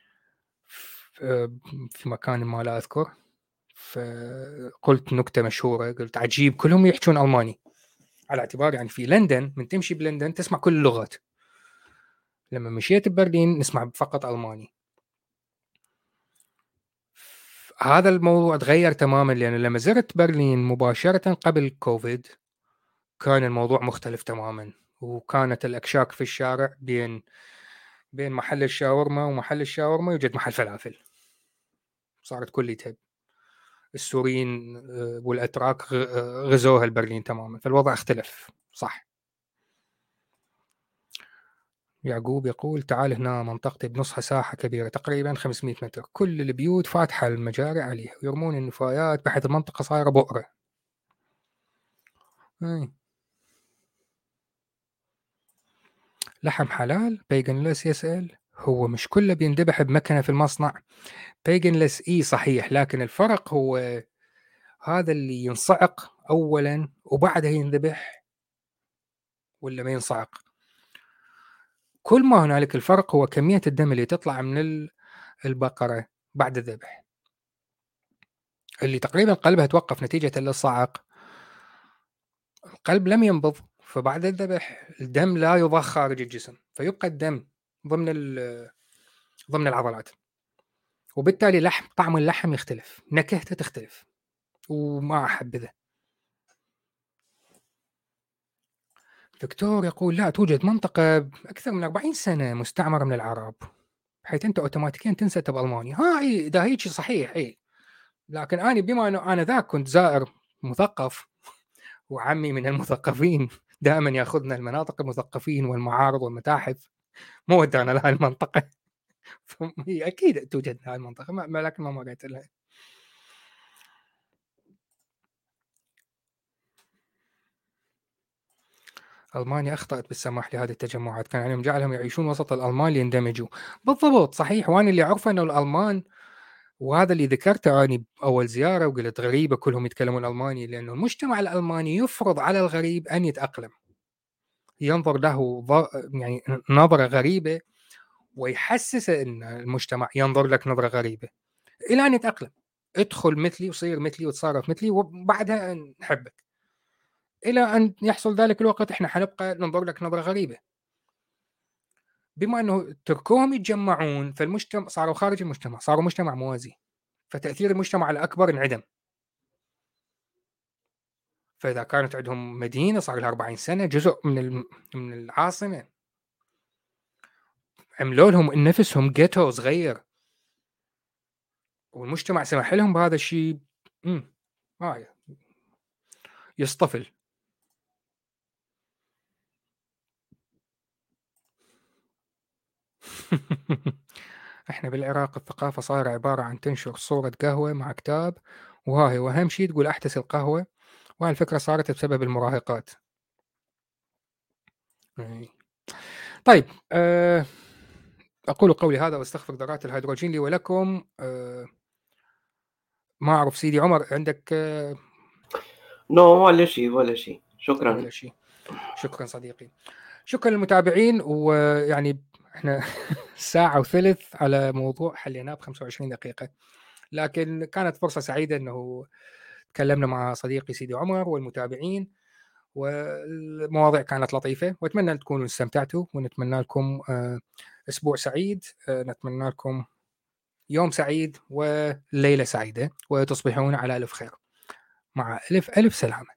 في مكان ما لا أذكر، فقلت نكتة مشهورة، قلت عجيب كلهم يحجون ألماني، على اعتبار يعني في لندن من تمشي بلندن تسمع كل اللغات، لما مشيت ببرلين نسمع فقط ألماني. هذا الموضوع تغير تماما، لأن لما زرت برلين مباشرة قبل كوفيد كان الموضوع مختلف تماما، وكانت الأكشاك في الشارع بين بين محل الشاورما ومحل الشاورما يوجد محل فلافل، صارت كلها السوريين والأتراك غزوها البرلين تماما، فالوضع اختلف. صح. يعقوب يقول تعال هنا منطقتي بنصها ساحة كبيرة تقريبا خمسمية متر، كل البيوت فاتحة المجاري عليها ويرمون النفايات بحيث المنطقة صايرة بؤرة. أي. لحم حلال بيجنلس يسأل، هو مش كله بيندبح بمكنة في المصنع؟ بيجنلس إيه صحيح، لكن الفرق هو هذا اللي ينصعق أولا وبعدها ينذبح ولا ما ينصعق. كل ما هنالك الفرق هو كمية الدم اللي تطلع من البقرة بعد الذبح، اللي تقريبا قلبها توقف نتيجة الصعق، القلب لم ينبض، فبعد الذبح الدم لا يضخ خارج الجسم، فيبقى الدم ضمن ضمن العضلات، وبالتالي لحم طعم اللحم يختلف، نكهته تختلف، وما أحب ذا. فيكتور يقول لا توجد منطقة أكثر من أربعين سنة مستعمرة من العرب، بحيث أنت أوتوماتيكيا تنسى تب ألمانيا. ها إيه ده هيك صحيح إيه، لكن أنا بما أنه أنا ذاك كنت زائر مثقف وعمي من المثقفين دائما ياخذنا المناطق المثقفين والمعارض والمتاحف، ما ودانا لها المنطقة هي أكيد توجد هاي المنطقة ما لكن ما مريت لها. ألمانيا أخطأت بالسماح لهذه التجمعات، كان عليهم جعلهم يعيشون وسط الألمان ليندمجوا. بالضبط صحيح، وأنا اللي أعرفه أنه الألمان، وهذا اللي ذكرته أنا بأول زيارة وقلت غريبة كلهم يتكلمون ألماني، لأنه المجتمع الألماني يفرض على الغريب أن يتأقلم، ينظر له يعني نظرة غريبة ويحسس أن المجتمع ينظر لك نظرة غريبة إلى أن يتأقلم. ادخل مثلي وصير مثلي وتصرف مثلي وبعدها نحبك. إلى أن يحصل ذلك الوقت إحنا حنبقى ننظر لك نظرة غريبة. بما أنه تركوهم يتجمعون فالمجتمع صاروا خارج المجتمع، صاروا مجتمع موازي، فتأثير المجتمع الأكبر انعدم. فإذا كانت عندهم مدينة صار لها أربعين سنة جزء من من العاصمة، عملوا لهم نفسهم جيتو صغير والمجتمع سمح لهم بهذا الشيء. امم هاي يصطفل. احنا بالعراق الثقافة صار عبارة عن تنشر صورة قهوة مع كتاب وهاي، واهم شيء تقول احتسي القهوة، وهاي الفكرة صارت بسبب المراهقات. طيب أه أقول قولي هذا واستغفر ذرات الهيدروجين لي ولكم. أه ما أعرف سيدي عمر عندك أه نو ولا شيء ولا شيء، شكرا. ولا شيء. شكرا صديقي، شكرا للمتابعين. ويعني احنا ساعة وثلث على موضوع حليناه ب خمسة وعشرين دقيقة، لكن كانت فرصة سعيدة أنه تكلمنا مع صديقي سيدي عمر والمتابعين، والمواضيع كانت لطيفة، وأتمنى أن تكونوا استمتعتوا، ونتمنى لكم أسبوع سعيد، نتمنى لكم يوم سعيد وليلة سعيدة، وتصبحون على ألف خير. مع ألف ألف سلامة.